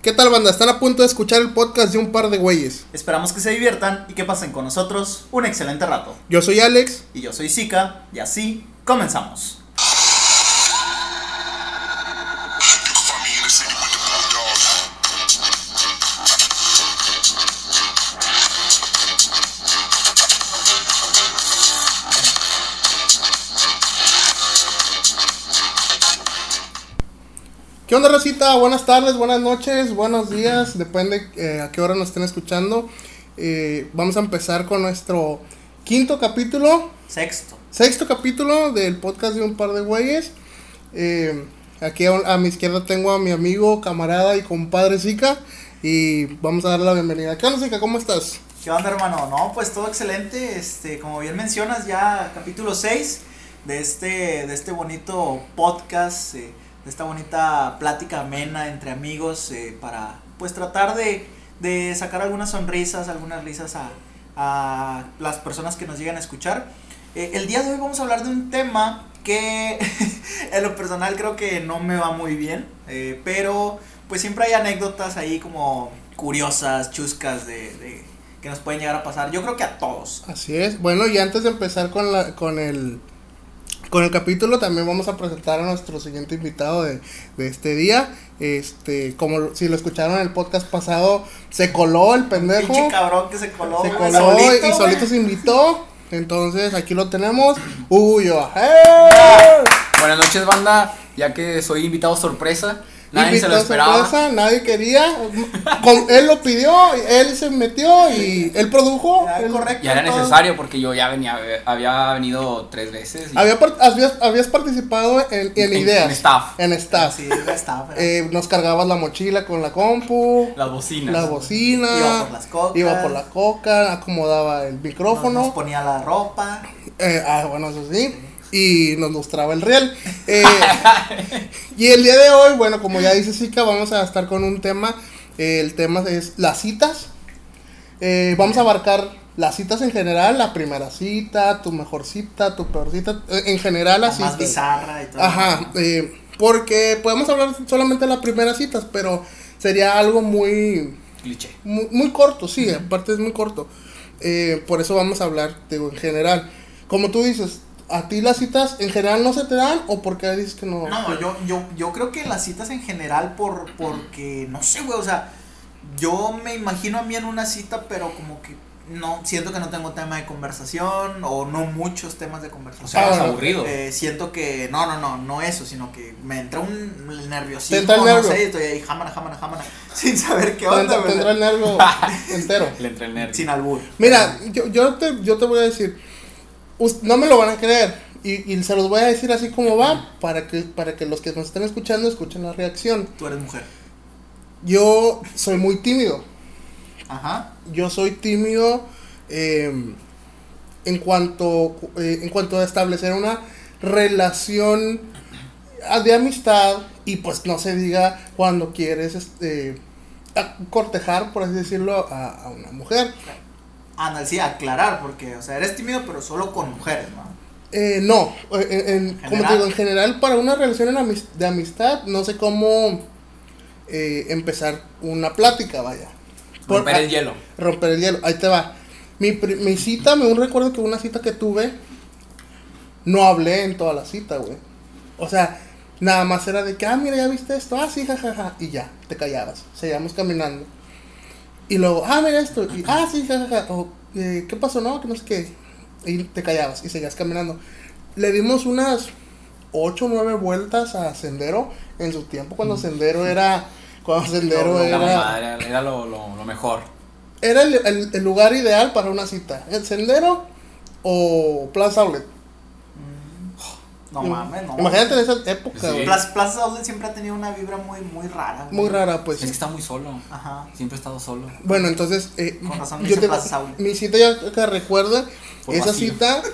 ¿Qué tal, banda? Están a punto de escuchar el podcast de un par de güeyes. Esperamos que se diviertan y que pasen con nosotros un excelente rato. Yo soy Alex. Y yo soy Zika, y así comenzamos. ¿Qué onda, racita? Buenas tardes, buenas noches, buenos días, depende a qué hora nos estén escuchando. Vamos a empezar con nuestro quinto capítulo. Sexto capítulo del podcast de un par de güeyes. Aquí a mi izquierda tengo a mi amigo, camarada y compadre Zika. Y vamos a darle la bienvenida. ¿Qué onda, Zika? ¿Cómo estás? ¿Qué onda, hermano? No, pues todo excelente. Como bien mencionas, ya capítulo 6 de este bonito podcast, de esta bonita plática amena entre amigos, para pues tratar de sacar algunas sonrisas, algunas risas a las personas que nos llegan a escuchar. El día de hoy vamos a hablar de un tema que en lo personal creo que no me va muy bien, pero pues siempre hay anécdotas ahí como curiosas, chuscas de que nos pueden llegar a pasar. Yo creo que a todos. Así es. Bueno, y antes de empezar con el capítulo, también vamos a presentar a nuestro siguiente invitado de este día. Como si lo escucharon en el podcast pasado, se coló el pendejo. Pinche cabrón que se coló. Y solito se invitó. Entonces aquí lo tenemos. Hugo. Buenas noches, banda. Ya que soy invitado sorpresa. Nadie se lo esperaba. Sorpresa, nadie quería. Él lo pidió, él se metió y él produjo. Correcto. Ya era necesario porque yo ya había venido 3 veces. Habías participado en ideas. En staff. Sí, en staff. Nos cargabas la mochila con la compu. Las bocinas. La bocina. Iba por la coca, acomodaba el micrófono. Nos ponía la ropa. Bueno, eso sí. Y nos mostraba el riel. Y el día de hoy, bueno, como ya dice Zika, vamos a estar con un tema. El tema es las citas. Vamos a abarcar las citas en general, la primera cita, tu mejor cita, tu peor cita, en general las citas. Más bizarra y todo. Ajá, porque podemos hablar solamente de las primeras citas, pero sería algo muy cliché. Muy corto, sí, aparte es muy corto. Por eso vamos a hablar, digo, en general. Como tú dices, ¿a ti las citas en general no se te dan o por qué dices que no? No, yo creo que las citas en general porque, no sé, güey, o sea, yo me imagino a mí en una cita, pero como que no, siento que no tengo tema de conversación o no muchos temas de conversación. O sea, es aburrido. Siento que, no eso, sino que me entra un nerviosismo, ¿Te entra el nervio? No sé, estoy ahí, jámana, sin saber qué onda. Te entra el nervio entero. Le entra el nervio. Sin albur. Mira, yo te voy a decir, no me lo van a creer y se los voy a decir así como va para que los que nos estén escuchando escuchen la reacción. Tú eres mujer. Yo soy muy tímido. Ajá. Yo soy tímido en cuanto a establecer una relación de amistad y pues no se diga cuando quieres cortejar, por así decirlo, a una mujer. Anda, sí, aclarar, porque, o sea, eres tímido, pero solo con mujeres, ¿no? No, como te digo, en general, para una relación de amistad, no sé cómo empezar una plática, vaya. Romper el hielo. Ahí te va. Mi cita, un recuerdo que una cita que tuve, no hablé en toda la cita, güey. O sea, nada más era de que, mira, ¿ya viste esto? Sí, jajaja. Y ya, te callabas. Seguíamos caminando. Y luego, mira esto. Y, sí, jajaja. ¿Qué pasó? No, que no sé qué. Y te callabas y seguías caminando. Le dimos unas 8 o 9 vueltas a Sendero en su tiempo, cuando Sendero era. Era lo mejor. Era el lugar ideal para una cita. El Sendero o Plaza Outlet. No mames, no. Imagínate en esa época, Sí. Plaza Outlet siempre ha tenido una vibra muy rara. Muy rara, pues. Es que está muy solo. Ajá. Siempre he estado solo. Bueno, entonces, con razón dice Plaza Outlet. Mi cita, ya que recuerda, Por esa vacío. cita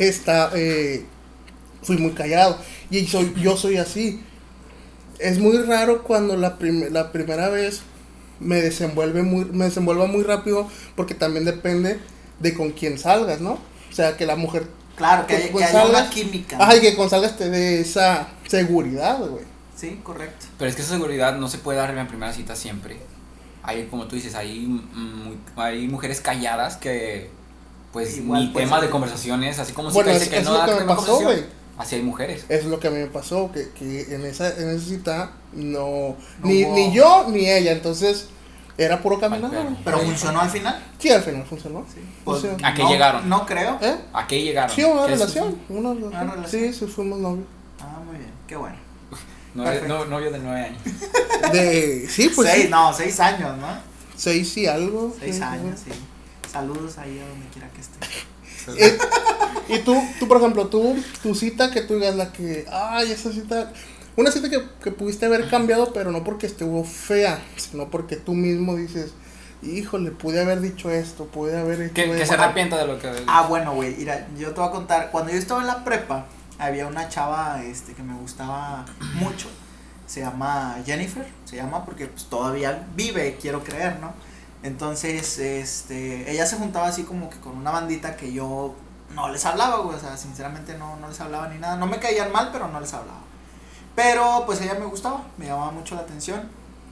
fui muy callado. Y yo soy así. Es muy raro cuando la primera vez me desenvuelva muy rápido, porque también depende de con quién salgas, ¿no? O sea, que la mujer. Claro, que haya una química. Ajá, y que con salgas te dé esa seguridad, güey. Sí, correcto. Pero es que esa seguridad no se puede dar en la primera cita siempre. Hay, como tú dices, hay mujeres calladas que, pues, Igual, ni pues, tema de conversaciones, así como Bueno, si dice que es no lo da que me tema de pasó, conversación. güey. Así hay mujeres. Es lo que a mí me pasó, que en esa cita No ni hubo- yo ni ella, entonces era puro caminar. Ay, güey. Pero funcionó al final. Sí, al final funcionó. Sí. Pues, ¿A qué no, llegaron? No creo. ¿Eh? ¿A qué llegaron? Sí, una ¿Qué es relación. eso? Una relación. relación. Sí, fuimos novios. Ah, muy bien, qué bueno. Novio de 9 años. Sí, pues sí. 6 años, ¿no? 6 y algo. 6 sí, años, sí. Saludos ahí a donde quiera que esté. Y tú, por ejemplo, tu cita que tú digas la que, ay, esa cita, una cita que pudiste haber cambiado, pero no porque estuvo fea, sino porque tú mismo dices, híjole, pude haber dicho esto, pude haber hecho Que se esto. arrepienta de lo que... Ah, bueno, güey, mira, yo te voy a contar. Cuando yo estaba en la prepa, había una chava que me gustaba mucho. Se llama Jennifer, porque pues todavía vive, quiero creer, ¿no? Entonces, ella se juntaba así como que con una bandita que yo no les hablaba, güey, o sea, sinceramente no les hablaba ni nada. No me caían mal, pero no les hablaba. Pero, pues ella me gustaba, me llamaba mucho la atención.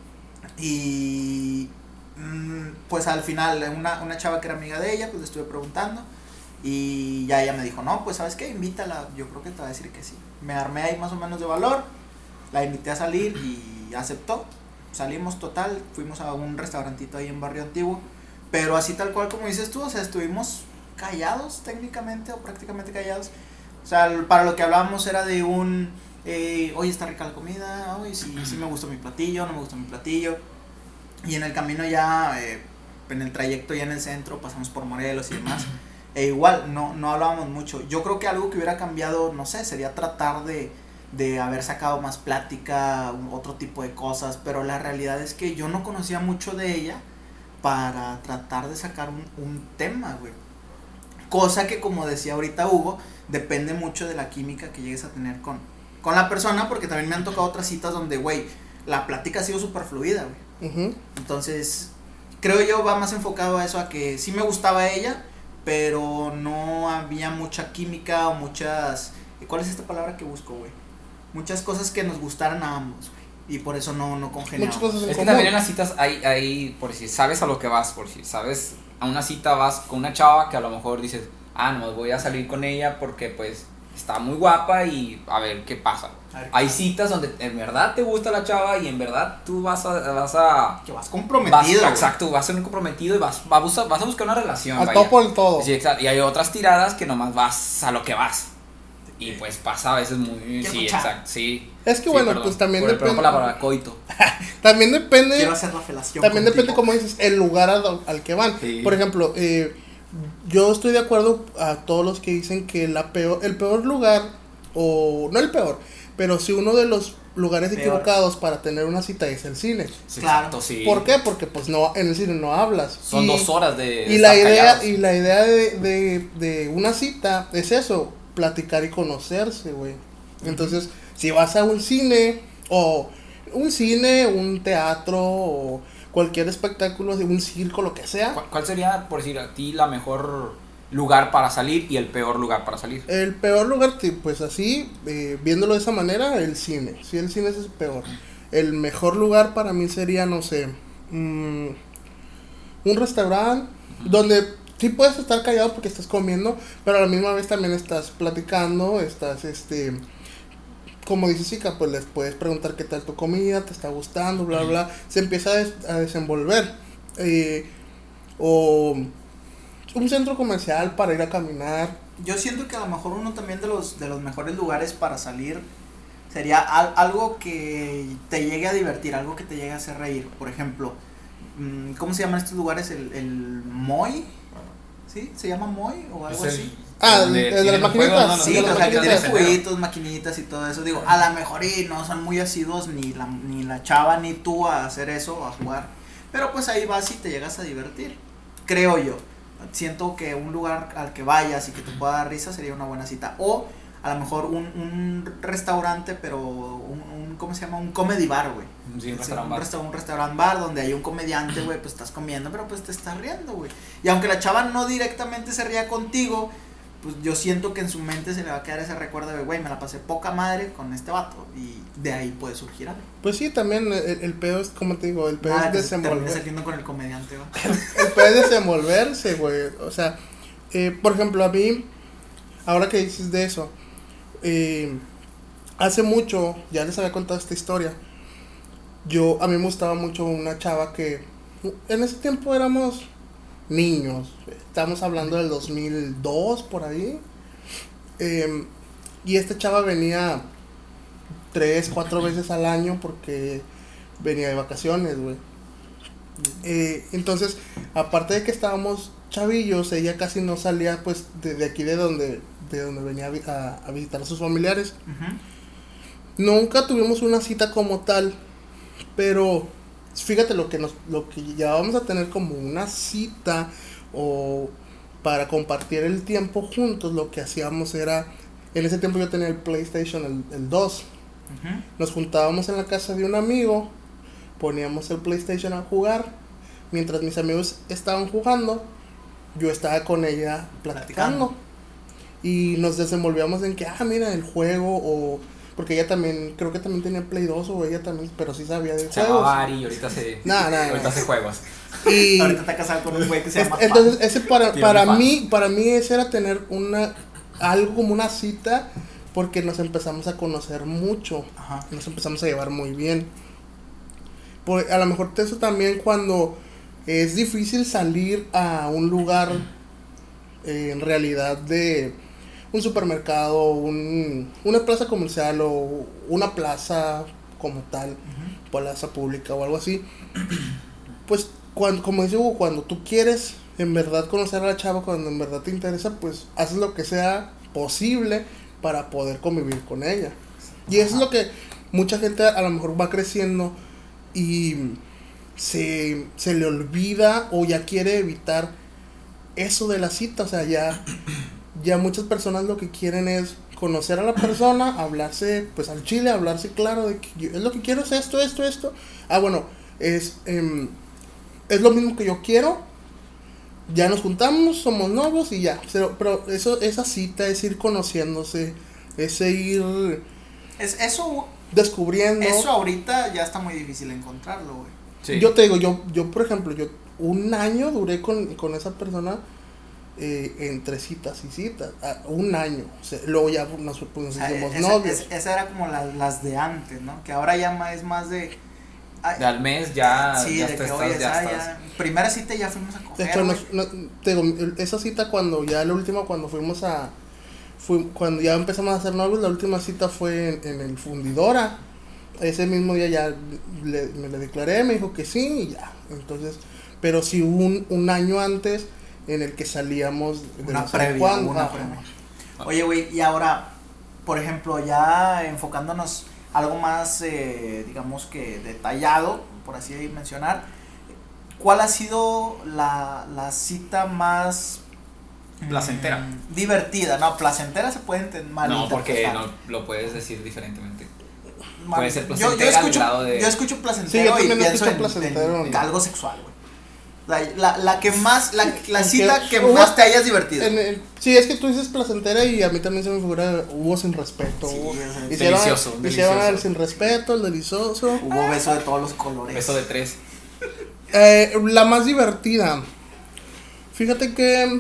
Y, pues al final, una chava que era amiga de ella, pues le estuve preguntando. Y ya ella me dijo, no, pues ¿sabes qué? Invítala, yo creo que te va a decir que sí. Me armé ahí más o menos de valor, la invité a salir y aceptó. Salimos total, fuimos a un restaurantito ahí en Barrio Antiguo, pero así tal cual como dices tú, o sea, estuvimos callados técnicamente o prácticamente callados. O sea, para lo que hablábamos era de oye, está rica la comida, oye, sí me gustó mi platillo, no me gustó mi platillo. Y en el camino ya, en el trayecto ya en el centro, pasamos por Morelos y demás. E igual, no hablábamos mucho. Yo creo que algo que hubiera cambiado, no sé, sería tratar de haber sacado más plática, otro tipo de cosas, pero la realidad es que yo no conocía mucho de ella para tratar de sacar un tema, güey. Cosa que, como decía ahorita Hugo, depende mucho de la química que llegues a tener con la persona, porque también me han tocado otras citas donde, güey, la plática ha sido súper fluida, güey. Uh-huh. Entonces, creo yo va más enfocado a eso, a que sí me gustaba ella, pero no había mucha química o muchas... ¿Cuál es esta palabra que busco, güey? Muchas cosas que nos gustaran a ambos, güey. Y por eso no congeniamos. Muchas cosas en Es que común. también en las citas hay, por decir, sabes a lo que vas, por decir, sabes, a una cita vas con una chava que a lo mejor dices, no, voy a salir con ella porque pues está muy guapa y a ver qué pasa. Hay citas donde en verdad te gusta la chava y en verdad tú vas a Que vas comprometido. exacto, vas a ser un comprometido y vas a buscar una relación. Al vaya. todo por el todo. Sí, exacto. Y hay otras tiradas que nomás vas a lo que vas. Y pues pasa a veces muy... Quiero Sí, escuchar. exacto, sí. Es que Sí, bueno, perdón. pues también Perdón depende. por la palabra coito. También depende. Quiero hacer la felación También contigo. depende, como dices, el lugar al que van. Sí. Por ejemplo, yo estoy de acuerdo a todos los que dicen que el peor lugar, o no el peor, pero sí uno de los lugares Peor. equivocados para tener una cita es el cine. Sí, Claro. exacto, sí. ¿Por qué? Porque pues no, en el cine no hablas. Son 2 horas de Y la estar idea, callados. de una cita es eso, platicar y conocerse, güey. Entonces, si vas a un cine, un teatro, o cualquier espectáculo, de un circo, lo que sea, ¿Cuál sería, por decir, a ti la mejor lugar para salir y el peor lugar para salir? el peor lugar, pues así, viéndolo de esa manera, el cine. Sí, el cine es el peor. El mejor lugar para mí sería, no sé, un restaurante donde sí puedes estar callado porque estás comiendo, pero a la misma vez también estás platicando, estás, como dice Chica, pues les puedes preguntar qué tal tu comida, te está gustando, bla, bla, se empieza a desenvolver. O un centro comercial para ir a caminar. Yo siento que a lo mejor uno también de los mejores lugares para salir sería algo que te llegue a divertir, algo que te llegue a hacer reír. Por ejemplo, ¿cómo se llaman estos lugares? El Moy, ¿sí? ¿Se llama Moy o algo así? El de las maquinitas. Sí, de las o sea, que tienes maquinitas. jueguitos, maquinitas y todo eso. Digo, a lo mejor y no son muy asiduos ni la chava ni tú a hacer eso, a jugar. Pero pues ahí vas y te llegas a divertir, creo yo. Siento que un lugar al que vayas y que te pueda dar risa sería una buena cita. O a lo mejor un restaurante, pero ¿cómo se llama? Un comedy bar, güey. Sí, un restaurant bar donde hay un comediante, güey, pues estás comiendo, pero pues te estás riendo, güey. Y aunque la chava no directamente se ría contigo, pues yo siento que en su mente se le va a quedar ese recuerdo de, güey, me la pasé poca madre con este vato, y de ahí puede surgir algo. Pues sí, también el pedo es, como te digo, el pedo es Terminé desenvolver. saliendo con el comediante, ¿va? El pedo es desenvolverse, güey. O sea, por ejemplo, a mí, ahora que dices de eso, hace mucho, ya les había contado esta historia. A mí me gustaba mucho una chava que en ese tiempo éramos niños. Estamos hablando del 2002, por ahí. Y esta chava venía 3, 4 veces al año porque venía de vacaciones, güey. Entonces, aparte de que estábamos chavillos, ella casi no salía, pues, de aquí de donde venía a visitar a sus familiares. Uh-huh. Nunca tuvimos una cita como tal, pero fíjate lo que ya vamos a tener como una cita o para compartir el tiempo juntos. Lo que hacíamos era, en ese tiempo yo tenía el PlayStation, el 2. Uh-huh. Nos juntábamos en la casa de un amigo, poníamos el PlayStation a jugar, mientras mis amigos estaban jugando, yo estaba con ella platicando. Y nos desenvolvíamos en que, mira, el juego, o porque ella también, creo que también tenía Play 2, o ella también, pero sí sabía de se juegos. llama Ari y ahorita hace juegos. Y ahorita está casado con un güey que se llama entonces, ese para mí ese era tener algo como una cita, porque nos empezamos a conocer mucho. Ajá. Nos empezamos a llevar muy bien. A lo mejor eso también, cuando es difícil salir a un lugar, en realidad, de un supermercado, una plaza comercial o una plaza como tal, Uh-huh. plaza pública o algo así, pues como dice Hugo, cuando tú quieres en verdad conocer a la chava, cuando en verdad te interesa, pues haces lo que sea posible para poder convivir con ella. Y eso es lo que mucha gente a lo mejor va creciendo y se le olvida o ya quiere evitar eso de la cita. O sea, ya muchas personas lo que quieren es conocer a la persona, hablarse pues al chile, hablarse claro de que es lo que quiero, es esto. Bueno, es lo mismo que yo quiero. Ya nos juntamos, somos novios y ya. Pero esa cita es ir conociéndose, es ir eso descubriendo. Eso ahorita ya está muy difícil encontrarlo, güey. Sí. Yo te digo, yo por ejemplo, un año duré con esa persona, entre citas y citas, un año. O sea, luego ya nos hicimos novios. Esa era como las de antes, ¿no? Que ahora ya es más de al mes ya, sí, ya de que estás, oye, ya estás. ya. Primera cita ya fuimos a coger. De hecho, te digo, esa cita cuando ya la última, cuando cuando ya empezamos a ser novios, la última cita fue en el Fundidora. Ese mismo día ya me le declaré, me dijo que sí y ya. Entonces, pero sí hubo un año antes en el que salíamos de una no sé previa. cuándo. Oye, güey, y ahora, por ejemplo, ya enfocándonos algo más, digamos que detallado, por así mencionar, ¿cuál ha sido la cita más placentera? Divertida, no, placentera se puede entender. No, porque no lo puedes decir diferentemente. Mal, puede ser placentera al grado de... yo escucho placentero sí, y pienso placentero, en ¿no? algo sexual, güey. La que más, la cita que más te hayas divertido. Sí, es que tú dices placentera y a mí también se me figura hubo sin respeto. Sí, delicioso. Hicieron el sin respeto, el delicioso. Hubo beso de todos los colores. Beso de 3. La más divertida. Fíjate que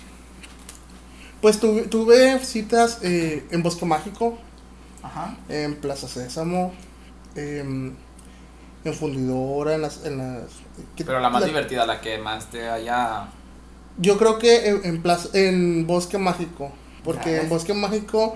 pues tuve citas en Bosque Mágico, Ajá. en Plaza Sésamo, en Fundidora, Pero la más divertida, la que más te haya... Yo creo que en Bosque Mágico, porque Ya, en Bosque Mágico,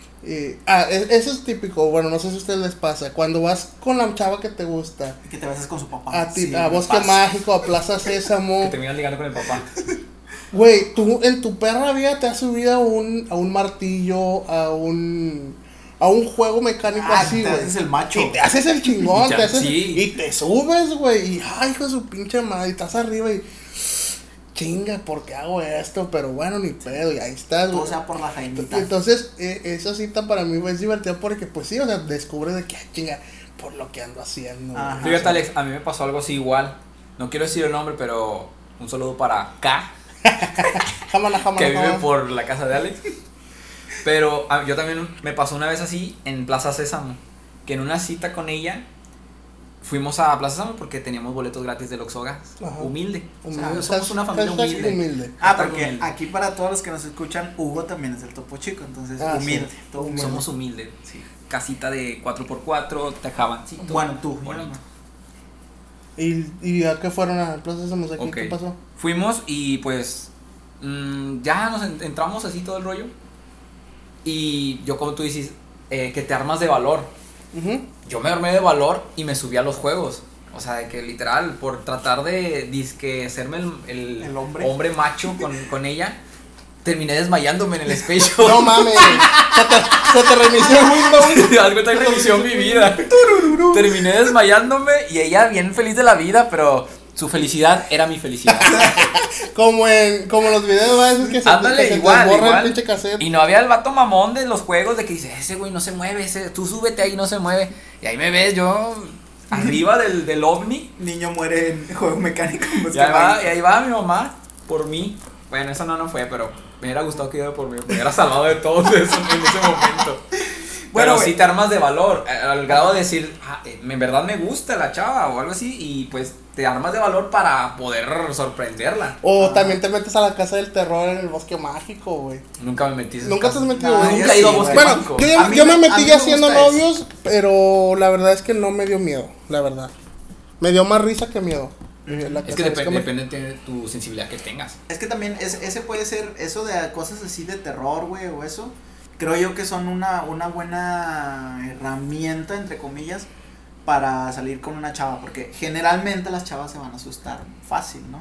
eso es típico. Bueno, no sé si a ustedes les pasa, cuando vas con la chava que te gusta, Y que te besas con su papá. a Bosque Mágico, a Plaza Sésamo, Que te miran ligando con el papá. güey, tú en tu perra vida te has subido a un martillo, a un juego mecánico así, te güey. haces el macho. Y te haces el chingón, Sí. y te subes, güey, y ay, hijo de su pinche madre, y estás arriba y chinga, ¿por qué hago esto? Pero bueno, ni pedo, y ahí estás, Todo güey. sea por la jainita. Y entonces, esa cita para mí es divertida porque, pues sí, o sea, descubres de que, chinga, por lo que ando haciendo. Ajá. Güey. Fíjate, Alex, a mí me pasó algo así igual. No quiero decir el nombre, pero un saludo para K. Jamana. que vive por la casa de Alex. Pero yo también me pasó una vez así en Plaza Sésamo, que en una cita con ella fuimos a Plaza Sésamo porque teníamos boletos gratis del Oxogas. Humilde. O sea, somos una familia humilde. Porque aquí para todos los que nos escuchan, Hugo también es del Topo Chico, entonces humilde. Sí. Todo humilde. Somos humildes. Sí. Casita de 4x4, tejabancito. Bueno, tú. Bonito. ¿Y a qué fueron a Plaza Sésamo aquí? Okay. ¿Qué pasó? Fuimos y pues ya nos entramos así todo el rollo. Y yo, como tú dices, que te armas de valor. Yo me armé de valor y me subí a los juegos. O sea, de que literal, por tratar de disque hacerme el hombre macho con ella, terminé desmayándome en el Space Shop. No mames, se te reinició el Windows. Algo te reinició mi vida. Terminé desmayándome y ella bien feliz de la vida, pero su felicidad era mi felicidad. Como los videos a veces que se igual. el pinche cassette. Y no había el vato mamón de los juegos de que dice, ese güey no se mueve, tú súbete ahí, no se mueve. Y ahí me ves yo arriba del ovni. Niño muere en juego mecánico. Y ahí va mi mamá por mí. Bueno, eso no fue, pero me hubiera gustado que iba por mí. Me hubiera salvado de todo eso en ese momento. Pero sí te armas de valor, al grado de decir, en verdad me gusta la chava o algo así, y pues te armas de valor para poder sorprenderla. O también te metes a la casa del terror en el bosque mágico, güey. Nunca me metí. ¿Nunca te has metido? Nunca he ido a bosque mágico. Bueno, yo me metí ya siendo novios, pero la verdad es que no me dio miedo, la verdad. Me dio más risa que miedo. Es que depende de tu sensibilidad que tengas. Es que también ese puede ser, eso de cosas así de terror, güey, o eso. Creo yo que son una buena herramienta, entre comillas, para salir con una chava. Porque generalmente las chavas se van a asustar fácil, ¿no?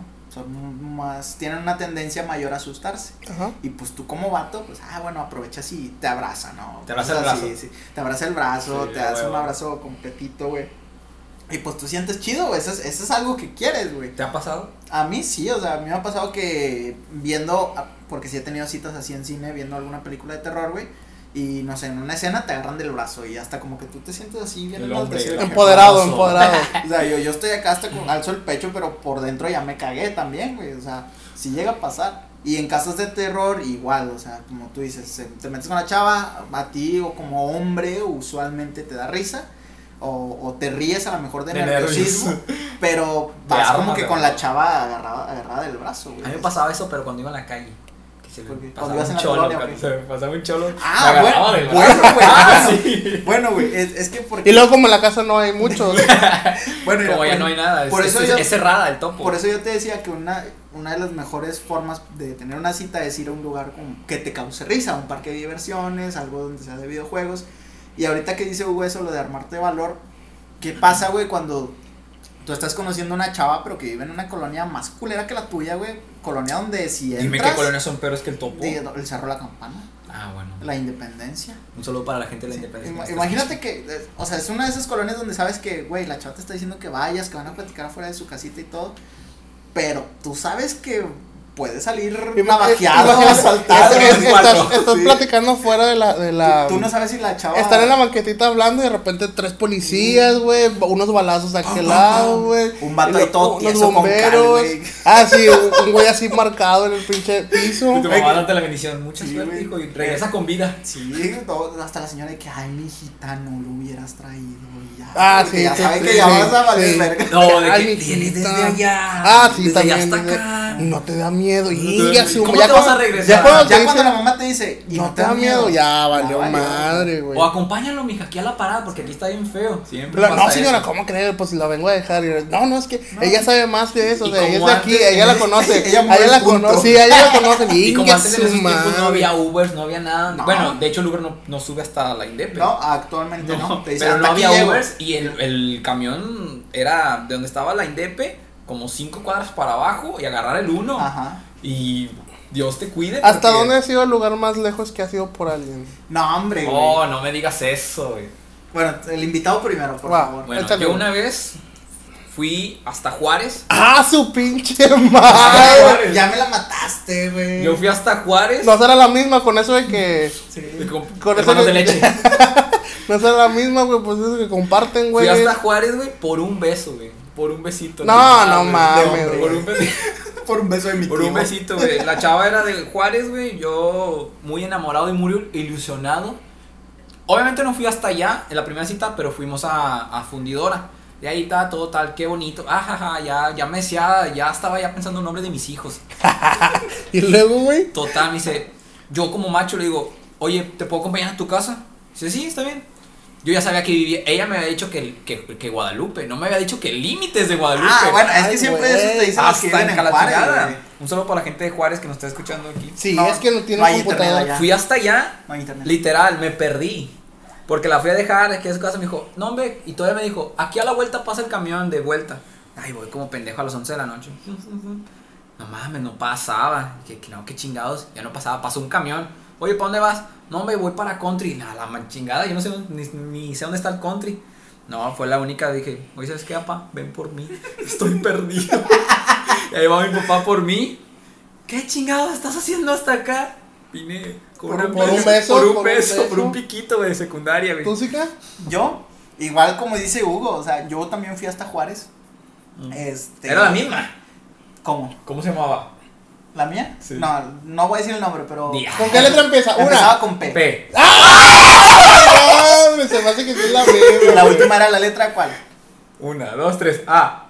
Tienen una tendencia mayor a asustarse. Ajá. Y pues tú como vato, pues, bueno, aprovechas y te abraza, ¿no? Te abraza el brazo. Sí, te abraza el brazo, Sí, te hace un abrazo completito, güey. Y pues tú sientes chido, güey, eso es algo que quieres, güey. ¿Te ha pasado? A mí sí, o sea, a mí me ha pasado que viendo, porque sí he tenido citas así en cine, viendo alguna película de terror, güey, y no sé, en una escena te agarran del brazo y hasta como que tú te sientes así bien empoderado. O sea, yo estoy acá hasta alzo el pecho, pero por dentro ya me cagué también, güey, o sea, sí llega a pasar. Y en casos de terror, igual, o sea, como tú dices, te metes con la chava, a ti o como hombre, usualmente te da risa. O te ríes a lo mejor de nerviosismo, pero vas como que con la chava agarrada del brazo, güey. A mí me pasaba eso, pero cuando iba en la calle. Cuando ibas en la colonia, se me pasaba un cholo. Bueno, güey, es que porque... Y luego como en la casa no hay muchos. Bueno, como ya no hay nada, es cerrada el topo. Por eso yo te decía que una de las mejores formas de tener una cita es ir a un lugar que te cause risa, un parque de diversiones, algo donde sea de videojuegos. Y ahorita que dice Hugo eso, lo de armarte de valor, ¿qué pasa, güey, cuando tú estás conociendo a una chava, pero que vive en una colonia más culera que la tuya, güey? Colonia donde si entras... Dime qué colonias son peores que el topo. El Cerro La Campana. Ah, bueno. La Independencia. Un saludo para la gente de la Independencia. Imagínate que, o sea, es una de esas colonias donde sabes que, güey, la chava te está diciendo que vayas, que van a platicar afuera de su casita y todo, pero tú sabes que puede salir navajeado, asaltado. Estás platicando fuera de la Tú no sabes si la chava... Están en la banquetita hablando y de repente 3 policías, güey, unos balazos a aquel lado, güey. Un vato ahí todo unos tieso bomberos. Con cal, ah, sí, un güey así marcado en el pinche piso. Y tu mamá dándote la bendición. Mucha suerte, hijo, y regresa con vida. Sí, hasta la señora de que, ay, mi hijita, no lo hubieras traído y ya. Ah, sí. Ya saben que ya vas a valer verga. No, de ay, que vienes desde allá. Ah, sí, desde también. allá hasta acá. No te da miedo. ¿Cómo te vas a regresar? Ya cuando la mamá te dice, ¿y no te da miedo? Ya valió madre, güey. O acompáñalo, mija, aquí a la parada, porque aquí está bien feo. Siempre no, señora, ¿cómo crees? Pues la vengo a dejar. No, es que ella sabe más que eso. Ella es de aquí, ella la conoce. Ella la conoce. Sí, ella la conoce. Y como antes en esos tiempos no había Ubers, no había nada. Bueno, de hecho el Uber no sube hasta la Indep. No, actualmente no. Pero no había Ubers y el camión era de donde estaba la Indep, como 5 cuadras para abajo y agarrar el 1. Ajá. Y Dios te cuide. ¿Hasta dónde ha sido el lugar más lejos que ha sido por alguien? No, hombre, güey. Oh, no me digas eso, güey. Bueno, el invitado primero, por favor. Bueno, yo una vez fui hasta Juárez. ¡Ah, su pinche madre! Ya me la mataste, güey. Yo fui hasta Juárez. No será la misma con eso de que... Sí. Con eso de leche. No será la misma, güey, pues eso que comparten, güey. Fui hasta Juárez, güey, por un beso, güey. Por un besito. No mames, por un besito. Por un beso de mi Por tío. un besito, güey. La chava era de Juárez, güey. Yo muy enamorado y muy ilusionado. Obviamente no fui hasta allá en la primera cita, pero fuimos a Fundidora. Y ahí estaba todo tal, qué bonito. Ajaja, ya me decía, ya estaba ya pensando el nombre de mis hijos. Y luego, güey. Total, me dice, yo como macho le digo, oye, ¿te puedo acompañar a tu casa? Dice, sí, está bien. Yo ya sabía que vivía, ella me había dicho que Guadalupe, no me había dicho que límites de Guadalupe. Ah, bueno, es que Ay, siempre güey. eso te dicen los que Hasta viven en en Juárez, Calatigada. güey. Un saludo para la gente de Juárez que nos está escuchando aquí. Sí, No, es que no tiene no hay computadora. internet allá. Fui hasta allá, No hay internet. literal, me perdí. Porque la fui a dejar aquí a su casa, me dijo, no, hombre, y todavía me dijo, aquí a la vuelta pasa el camión de vuelta. Ay, voy como pendejo a las 11 de la noche. No mames, no pasaba. Que no, qué chingados, ya no pasaba, pasó un camión. Oye, ¿para dónde vas? No, hombre, voy para country. Nada, la chingada, yo no sé, ni sé dónde está el country. No, fue la única, dije, oye, ¿sabes qué, papá? Ven por mí, estoy perdido. Y ahí va mi papá por mí. ¿Qué chingados estás haciendo hasta acá? Vine con Por una un beso, por un por un beso, beso. por un piquito de secundaria, güey. ¿Tú sí, ca? Yo, igual como dice Hugo, o sea, yo también fui hasta Juárez. Era la misma. ¿Cómo? ¿Cómo se llamaba? ¿La mía? Sí. No voy a decir el nombre, pero. ¿Con qué letra empieza? Empezaba Una. con P. P. ¡Ah! Se me hace que sí es la Y misma. la güey. última era la letra ¿cuál? 1, 2, 3, A.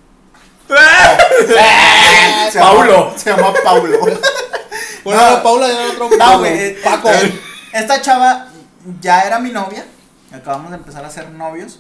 Se Paulo. Se llama Paulo. Bueno, No. la Paula ya era otro. No, güey. Paco. Esta chava ya era mi novia. Acabamos de empezar a ser novios.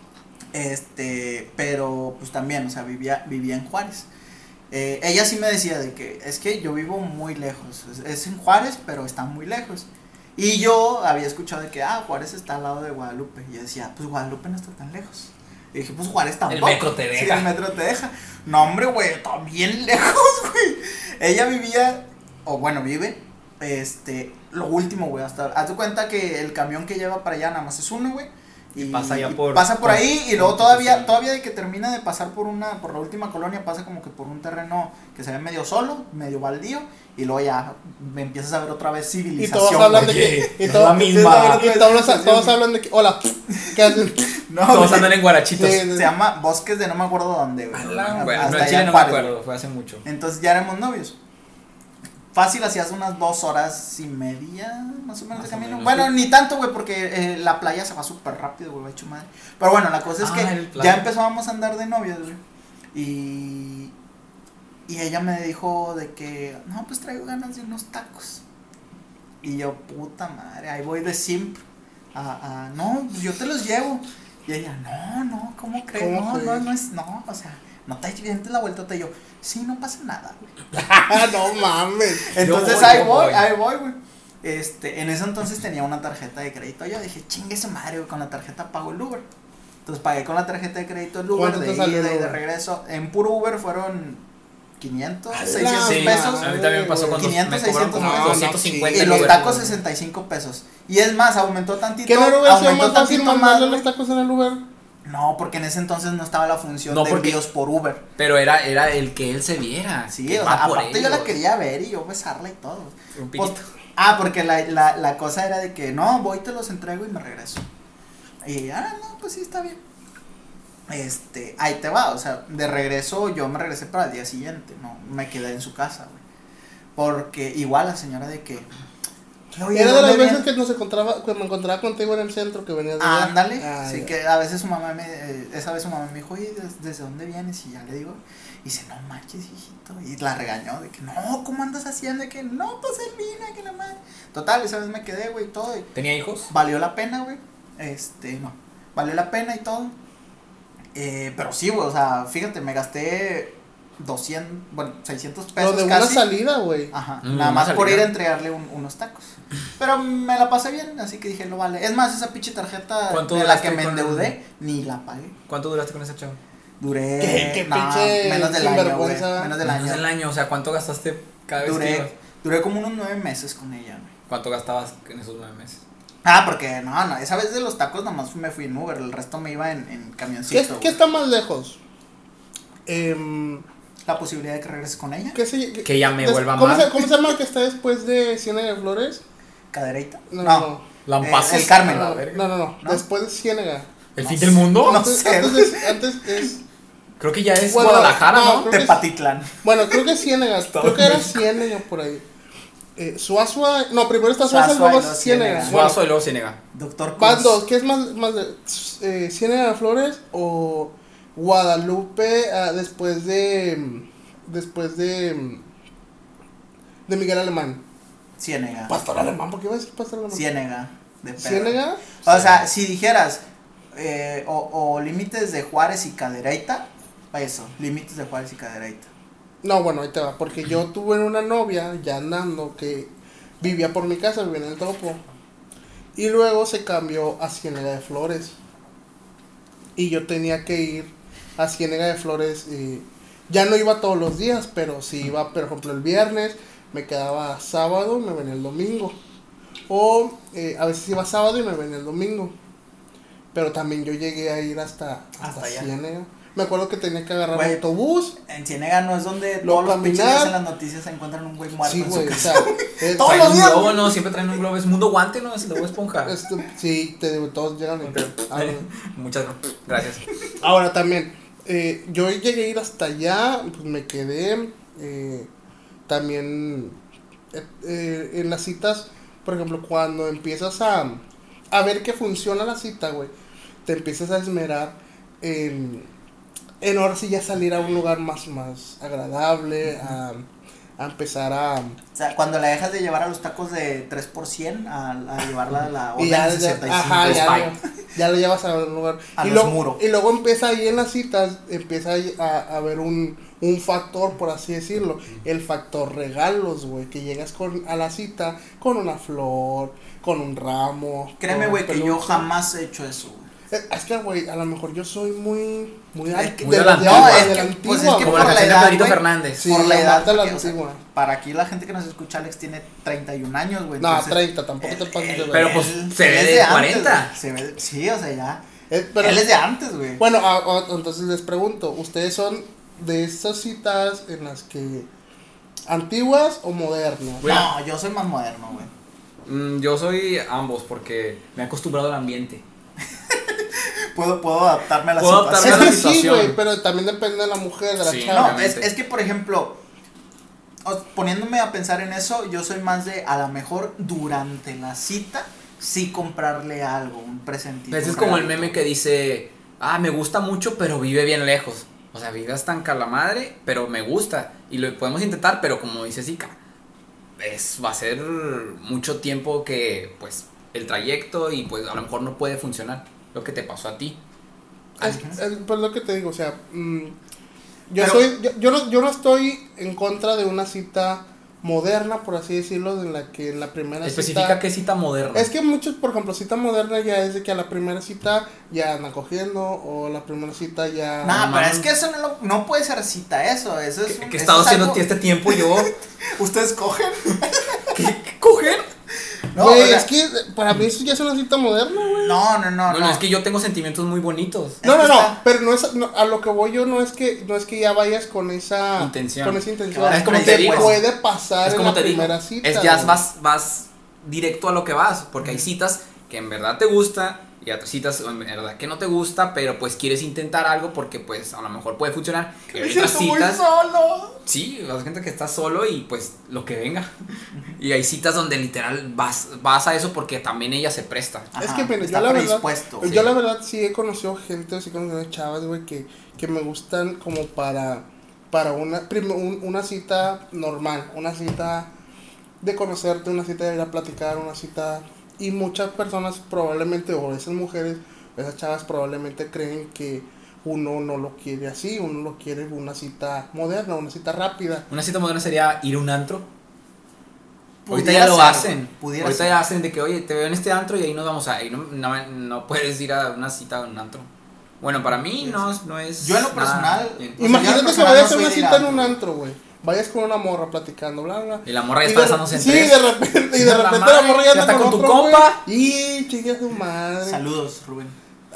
Pero pues también, o sea, vivía en Juárez. Ella sí me decía de que es que yo vivo muy lejos. Es en Juárez, pero está muy lejos. Y yo había escuchado de que Juárez está al lado de Guadalupe. Y yo decía, pues Guadalupe no está tan lejos. Y dije, pues Juárez tampoco. metro te deja. Sí, el metro te deja. No, hombre, güey, está bien lejos, güey. Ella vivía, o bueno, vive, lo último, güey, haz de cuenta que el camión que lleva para allá nada más es uno, güey. Y pasa ya pasa por ahí y luego Constitución. todavía de que termina de pasar por la última colonia, pasa como que por un terreno que se ve medio solo, medio baldío, y luego ya me empiezas a ver otra vez Y civilización. todos hablan de Oye, que. Y no es todos, la misma. y todos hablan de que. Hola. ¿Qué hacen? No, Todos güey, andan en guarachitos. Sí. se llama Bosques de no me acuerdo dónde, güey. Bueno, Hasta no, en allá Chile en no me Juárez. acuerdo, fue hace mucho. Entonces ya éramos novios. Fácil, hacías unas 2 horas y media, más o menos, de Más o camino. menos, Bueno, sí. ni tanto, güey, porque la playa se va súper rápido, güey, hecho madre. Pero bueno, la cosa es que el playa. ya empezábamos a andar de novios, güey. Y ella me dijo de que, no, pues traigo ganas de unos tacos. Y yo, puta madre, ahí voy de simp. No, pues yo te los llevo. Y ella, no, ¿cómo crees? ¿Cómo crees? No, o sea, no te dientes la vuelta. Y yo, sí, no pasa nada, güey. No mames. Entonces Yo ahí voy. voy, güey. En ese entonces tenía una tarjeta de crédito. Yo dije, chingue su madre, güey, con la tarjeta pago el Uber. Entonces pagué con la tarjeta de crédito el Uber ¿Cuánto de te salió el ida y de Uber? regreso. En puro Uber fueron 500, ¡A la 600 Sí, pesos. a mí también me pasó con 500, me cobraron 600 como pesos. 250 Y el los Uber. tacos 65 pesos. Y es más, aumentó tantito. ¿Qué no hubiera sido aumentó más fácil tantito mandarle güey. los tacos en el Uber? No, porque en ese entonces no estaba la función No, de porque- envíos por Uber. Pero era el que él se viera. Sí, que o va sea, por aparte yo la ellos. quería ver y yo besarla y todo. Un Pues, piquito. porque la cosa era de que no, voy, te los entrego y me regreso. Y no, pues sí, está bien. Ahí te va, o sea, de regreso yo me regresé para el día siguiente, no, me quedé en su casa, güey. Porque igual la señora de que... "Oye, Era de ¿dónde las veces vienes?". que me encontraba contigo en el centro que venías de allá. Ándale, Ah, sí ya. que a veces su mamá esa vez su mamá me dijo, oye, ¿desde dónde vienes? Y ya le digo, y dice, no manches, hijito, y la regañó de que, no, ¿cómo andas haciendo? De que, no, pues él vino, que la madre. Total, esa vez me quedé, güey, y todo, y ¿Tenía hijos? valió la pena, güey, no, valió la pena y todo, pero sí, güey, o sea, fíjate, me gasté 600 pesos Lo de una casi. salida, güey. Ajá, Mm, nada más una por ir salida. a entregarle unos tacos. Pero me la pasé bien, así que dije, lo vale. Es más, esa pinche tarjeta ¿Cuánto de la duraste que me con- endeudé, ni la pagué. ¿Cuánto duraste con esa chava? Duré. Qué pinche menos del año, güey. sinvergüenza. Menos del Menos del año. año, o sea, ¿cuánto gastaste cada vez que ibas? Duré como unos 9 meses con ella, güey. ¿Cuánto gastabas en esos 9 meses? Porque no, esa vez de los tacos nomás me fui en Uber, el resto me iba en camioncito. ¿Qué güey. está más lejos? La posibilidad de que regreses con ella. Que ella me vuelva ¿cómo mal. ¿Cómo se llama el que está después de Ciénaga de Flores? Cadereita. No. Lampazos. El Carmen. No, La verga. no. ¿No? Después de Ciénaga. ¿El fin del mundo? No Antes, sé, antes güey. es Creo que ya es Bueno, Guadalajara, no, ¿no? creo que Tepatitlán. Bueno, creo que Ciénega, creo que era Ciénega por ahí. Suazua, no, primero está Suazua y Suazua y luego luego Ciénega. Ciénega. Bueno, Suazo y luego Ciénega. Doctor van Cruz. dos, ¿qué es más de Ciénega de Flores o Guadalupe después de Miguel Alemán? Ciénega. Pastor Alemán, ¿por qué iba a decir Pastor Alemán? Ciénega. De Pedro. ¿Ciénega? O sea, si dijeras o límites de Juárez y Cadereyta, eso, límites de Juárez y Cadereyta. No, bueno, ahí te va, porque yo tuve una novia ya andando que vivía por mi casa, vivía en el Topo. Y luego se cambió a Ciénega de Flores. Y yo tenía que ir a Ciénega de Flores. Ya no iba todos los días, pero sí iba, por ejemplo, el viernes, me quedaba sábado y me venía el domingo. O a veces iba sábado y me venía el domingo. Pero también yo llegué a ir hasta allá. Ciénega. Me acuerdo que tenía que agarrar Güey, autobús. En Ciénega no es donde Luego todos los pinches caminar. días en las noticias se encuentran un güey muerto Sí, en güey, su o casa. sea, Todos Traen los un días. globo, ¿no? Siempre traen un globo. Es Mundo Guante, ¿no? Es el globo esponja. Sí, te digo, todos llegan Muchas gracias. Ahora también, yo llegué a ir hasta allá, pues me quedé también en las citas, por ejemplo, cuando empiezas a ver que funciona la cita, güey, te empiezas a esmerar en ahora sí ya salir a un lugar más agradable, a empezar a... O sea, cuando la dejas de llevar a los tacos de 3x100 a llevarla a la Y orden ya, de 65. ajá, Spike. ya lo llevas a un lugar. A y, los luego, muros. y luego empieza ahí en las citas, empieza a haber un factor, por así decirlo, el factor regalos, güey, que llegas a la cita con una flor, con un ramo. Créeme, con güey, que yo peluche. jamás he hecho eso, güey. Es que, güey, a lo mejor yo soy muy Es que- muy de la antigua, no, es de que, la pues, antigua, es que Como por la la canción de edad, Pedrito güey. Fernández. Sí, Por la edad, mata la porque, o sea, antigua. para aquí la gente que nos escucha, Alex tiene 31 años, güey. No, entonces, 30, tampoco te pases de Pero ver. pues él- se él ve es de antes, 40. güey. Se ve, sí, o sea, ya. Pero, Él es de antes, güey. bueno, entonces les pregunto, ¿ustedes son de estas citas en las que antiguas o modernas? Bueno. No, yo soy más moderno, güey. Yo soy ambos porque me he acostumbrado al ambiente. Puedo adaptarme a la Puedo situación. Es la que sí, situación. güey, pero también depende de la mujer, de la Sí, chava. No, es que por ejemplo, poniéndome a pensar en eso, yo soy más de a lo mejor durante la cita, sí comprarle algo, un presentito. Ese es un como el regalito. meme que dice, me gusta mucho, pero vive bien lejos. O sea, vive hasta en Calamadre, pero me gusta. Y lo podemos intentar, pero como dice Zika, va a ser mucho tiempo que, pues, el trayecto y pues a lo mejor no puede funcionar lo que te pasó a ti. Pues lo que te digo, o sea, yo Pero- no estoy en contra de una cita moderna, por así decirlo, en la que en la primera Especifica cita... qué cita moderna. Es que muchos, por ejemplo, cita moderna ya es de que a la primera cita ya andan cogiendo, o la primera cita ya... No, No, pero mames. es que eso no puede ser cita, eso es... ¿Qué eso he estado es haciendo algo- este tiempo yo? ¿Ustedes cogen? ¿Qué coger? No, Güey, o sea, es que para mí eso ya es una cita moderna, güey. no, Bueno, no. es que yo tengo sentimientos muy bonitos. No, Es que no, está- pero a lo que voy yo no es que ya vayas con esa Intención. Con esa intención. Ahora es como que te digo. puede pasar Es en como la te digo, primera cita. es ya güey. vas directo a lo que vas, porque hay citas que en verdad te gusta y otras citas en verdad que no te gusta, pero pues quieres intentar algo porque pues a lo mejor puede funcionar. Y hay otras Muy citas, solo. sí, hay gente que está solo y pues lo que venga. Y hay citas donde literal vas a eso porque también ella se presta. Es Ajá, que mira, está yo la verdad, predispuesto. yo la verdad sí he conocido gente, sí he conocido chavas, güey, que me gustan como para una cita normal, una cita de conocerte, una cita de ir a platicar, una cita, y muchas personas probablemente, o esas mujeres, esas chavas probablemente creen que uno no lo quiere así, uno lo quiere una cita moderna, una cita rápida. Una cita moderna sería ir a un antro. Ahorita Pudiera ya lo ser, hacen. pudiera Ahorita ser. ya hacen de que, oye, te veo en este antro y ahí nos vamos a ir. No puedes ir a una cita a un antro. Bueno, para mí no es. Yo en lo nada personal- bien. O sea, yo Imagínate en que personal vayas a no soy una de ir cita a en un antro. antro, güey. Vayas con una morra platicando, bla, bla. Y la morra ya Y está de- besándose en sí, tres. de repente, La la madre, morra ya ya anda está con tu otro, güey. compa. Y chinga su madre. Saludos, Rubén.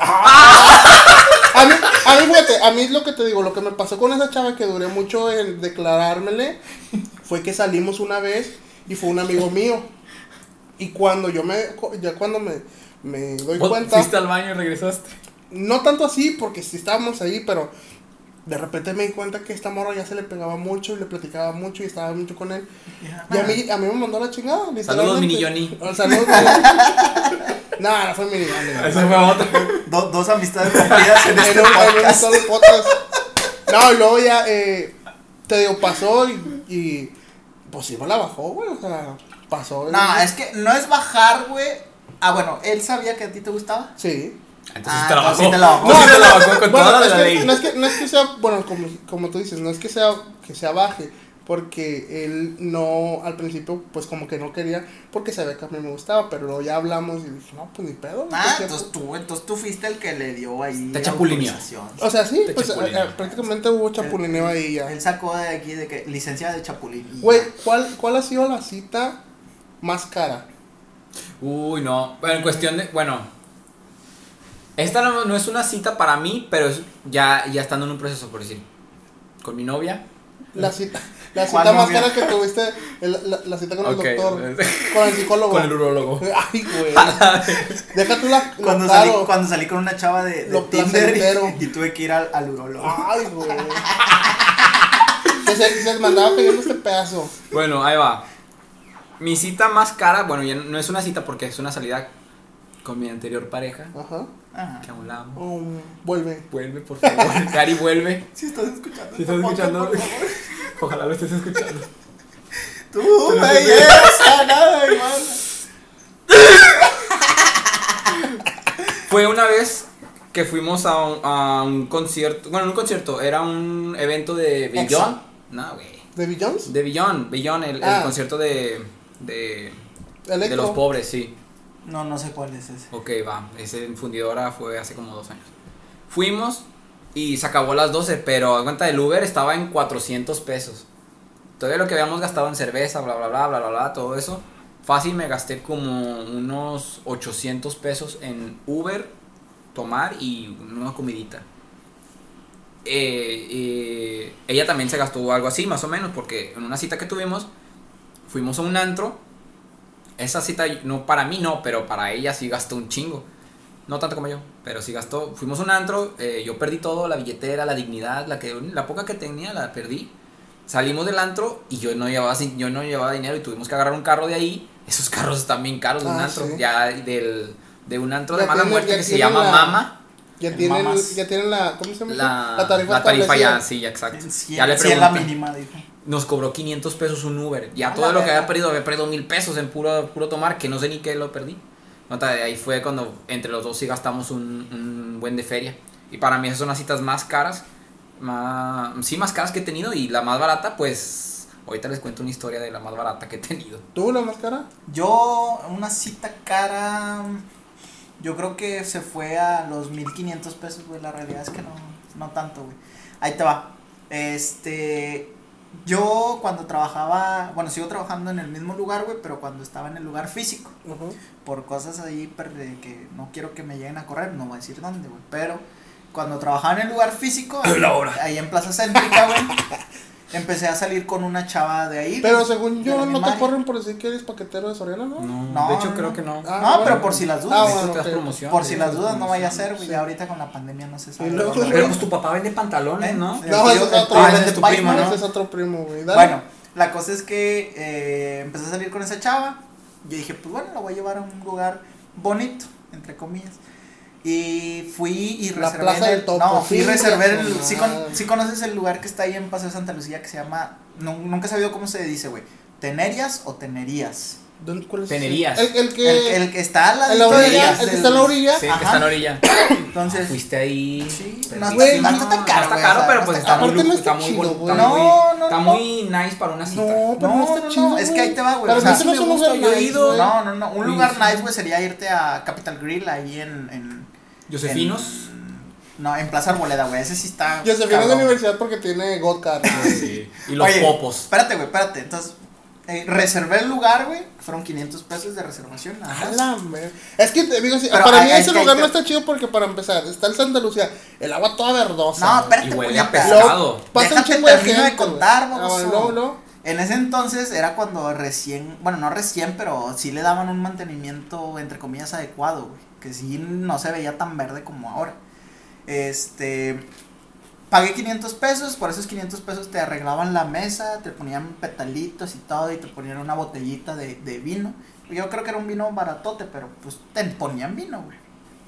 A mí, fíjate, a mí es lo que te digo, lo que me pasó con esa chava que duré mucho en declarármele, fue que salimos una vez y fue un amigo mío. Y cuando cuando me doy ¿Vos cuenta, fuiste al baño y regresaste? no tanto así, porque sí estábamos ahí, pero de repente me di cuenta que esta morra ya se le pegaba mucho y le platicaba mucho y estaba mucho con él. Ya. Y a mí me mandó la chingada, literalmente. Saludos, Mini Johnny. Saludos, no fue Mini Johnny. Eso fue otro. Dos amistades rompidas en este En un podcast. solo podcast. No, y luego ya, te digo, pasó y pues sí me la bajó, güey, o sea, pasó. No, es que no es bajar, güey. Ah, bueno, él sabía que a ti te gustaba. Sí. Entonces te la bajó. sí te la bajó. No, te la bajó con Bueno, toda es la que, ley. no es que sea, bueno, como tú dices, no es que sea baje, porque él no, al principio, pues como que no quería, porque sabía que a mí me gustaba, pero luego ya hablamos y dije, no, pues ni pedo. Ah, ¿qué entonces tú fuiste el que le dio ahí. Te chapulineó. autorización. O sea, sí, Te pues chapulineó. prácticamente hubo chapulineo ahí ya. Él sacó de aquí de que licencia de chapulín. y Güey, ya. ¿cuál ha sido la cita más cara? Uy, no. Bueno, en cuestión de. Bueno. Esta no es una cita para mí, pero es ya estando en un proceso, por decir. Con mi novia. La cita ¿Cuál más novia? cara que tuviste, la cita con el Ok. doctor, con el psicólogo. Con el urólogo. Ay, güey. Deja tú lo Cuando salí con una chava de Lo Tinder placentero. y tuve que ir al urólogo. Ay, güey. que se mandaba cayendo este pedazo. Bueno, ahí va. Mi cita más cara, bueno, ya no es una cita porque es una salida con mi anterior pareja. Ajá. Ajá. Que aún la amo. Vuelve. Vuelve, por favor. Gary, vuelve. Si estás escuchando. Si estás escuchando, ojalá lo estés escuchando. Tú, belleza, nada igual. Fue una vez que fuimos a un concierto. Bueno, no un concierto, era un evento de Exa. Beyond. No, güey. ¿De Billions? De Beyond, el concierto de Electro. los pobres, sí. No sé cuál es ese. Ok, va. Ese en Fundidora fue hace como 2 años. Fuimos y se acabó a las 12, pero a cuenta del Uber estaba en 400 pesos. Todavía lo que habíamos gastado en cerveza, bla, bla, bla, bla, bla, bla, todo eso. Fácil me gasté como unos 800 pesos en Uber, tomar y una comidita. Ella también se gastó algo así, más o menos, porque en una cita que tuvimos, fuimos a un antro. Esa cita, no para mí no, pero para ella sí gastó un chingo. No tanto como yo, pero sí gastó. Fuimos a un antro, yo perdí todo, la billetera, la dignidad, la poca que tenía la perdí. Salimos del antro y yo no llevaba dinero y tuvimos que agarrar un carro de ahí. Esos carros están bien caros de un antro, sí. ya de un antro Ya de mala tienen- muerte ya que se tienen llama la- Mama. Ya tienen Mamas. la, ¿cómo se llama? La tarifa tarifa ya, establecida. sí, ya, exacto. En Ya le 100 la pregunté. mínima, dijo. Nos cobró 500 pesos un Uber. Ya A todo la lo que verga. había perdido 1000 pesos en puro tomar, que no sé ni qué lo perdí. Nota, de ahí fue cuando entre los dos sí gastamos un buen de feria. Y para mí esas son las citas más caras, más caras que he tenido. Y la más barata, pues, ahorita les cuento una historia de la más barata que he tenido. ¿Tú la más cara? Yo, una cita cara, yo creo que se fue a los 1500 pesos, güey. La realidad es que no tanto, güey. Ahí te va. Yo cuando trabajaba, bueno, sigo trabajando en el mismo lugar, güey, pero cuando estaba en el lugar físico, Ajá. por cosas ahí que no quiero que me lleguen a correr, no voy a decir dónde, güey, pero cuando trabajaba en el lugar físico, ahí en Plaza Céntrica, güey, empecé a salir con una chava de ahí. Pero güey, según de yo, la no te misma área. corren por decir que eres paquetero de Soriana, ¿no? No, de hecho no, creo no. que no. Ah, No, bueno. pero por si las dudas. Ah, De hecho, bueno, te das ok. promoción. Por si te las das dudas no vaya a promoción. ser, güey, ya ahorita con la pandemia no se sabe. Y luego- dónde. Pero pues tu papá vende pantalones, ¿Eh? ¿no? Sí. No, ese es El otro. tío ese vende es tu Spice, primo, ¿no? ¿no? Ese es otro primo, güey. Dale. Bueno, la cosa es que empecé a salir con esa chava. Yo dije, pues bueno, la voy a llevar a un lugar bonito, entre comillas. Y fui y La reservé. Plaza del Topo, No, fui y sí, reservé. ya sonaba. Sí conoces el lugar que está ahí en Paseo Santa Lucía que se llama. Nunca he sabido cómo se dice, güey. ¿Tenerias o Tenerías? ¿Cuál es ese? Tenerías. El que. El que está a la en la orilla, el que está en la orilla. Sí, que Ajá. está en la orilla. Entonces. Fuiste ahí. Sí, pero no, güey, no está tan caro. está güey, caro, o sea, pero no pues está está caro. muy, Aparte no está muy chido, bonito. güey. Está No. muy nice para una cita. No, pero no, está chido. es que ahí te va, güey. Para o sea, mí eso no sí es me un gusta, lugar yo he nice, ido. güey. No. Un lugar Sí. nice, güey, sería irte a Capital Grill ahí en Josefinos. No, en Plaza Arboleda, güey. Ese sí está. Yo se viene de cabrón. universidad porque tiene God Card. Sí. Y los Oye, popos. Espérate, güey, espérate. Entonces, reservé el lugar, güey. Fueron 500 pesos de reservación. Nada A más. la mer- Es que te digo, sí, Pero para mí es ese que lugar ahí no te- está chido porque para empezar, está el Santa Lucía, el agua toda verdosa. No, güey. espérate, Y huele a puñeta. pescado. Pasa un Déjate chingo de termino de gente, contar, güey. baboso. Luego. En ese entonces era cuando recién, bueno, no recién, pero sí le daban un mantenimiento, entre comillas, adecuado, güey. Que sí no se veía tan verde como ahora. pagué 500 pesos, por esos 500 pesos te arreglaban la mesa, te ponían petalitos y todo, y te ponían una botellita de vino. Yo creo que era un vino baratote, pero pues te ponían vino, güey.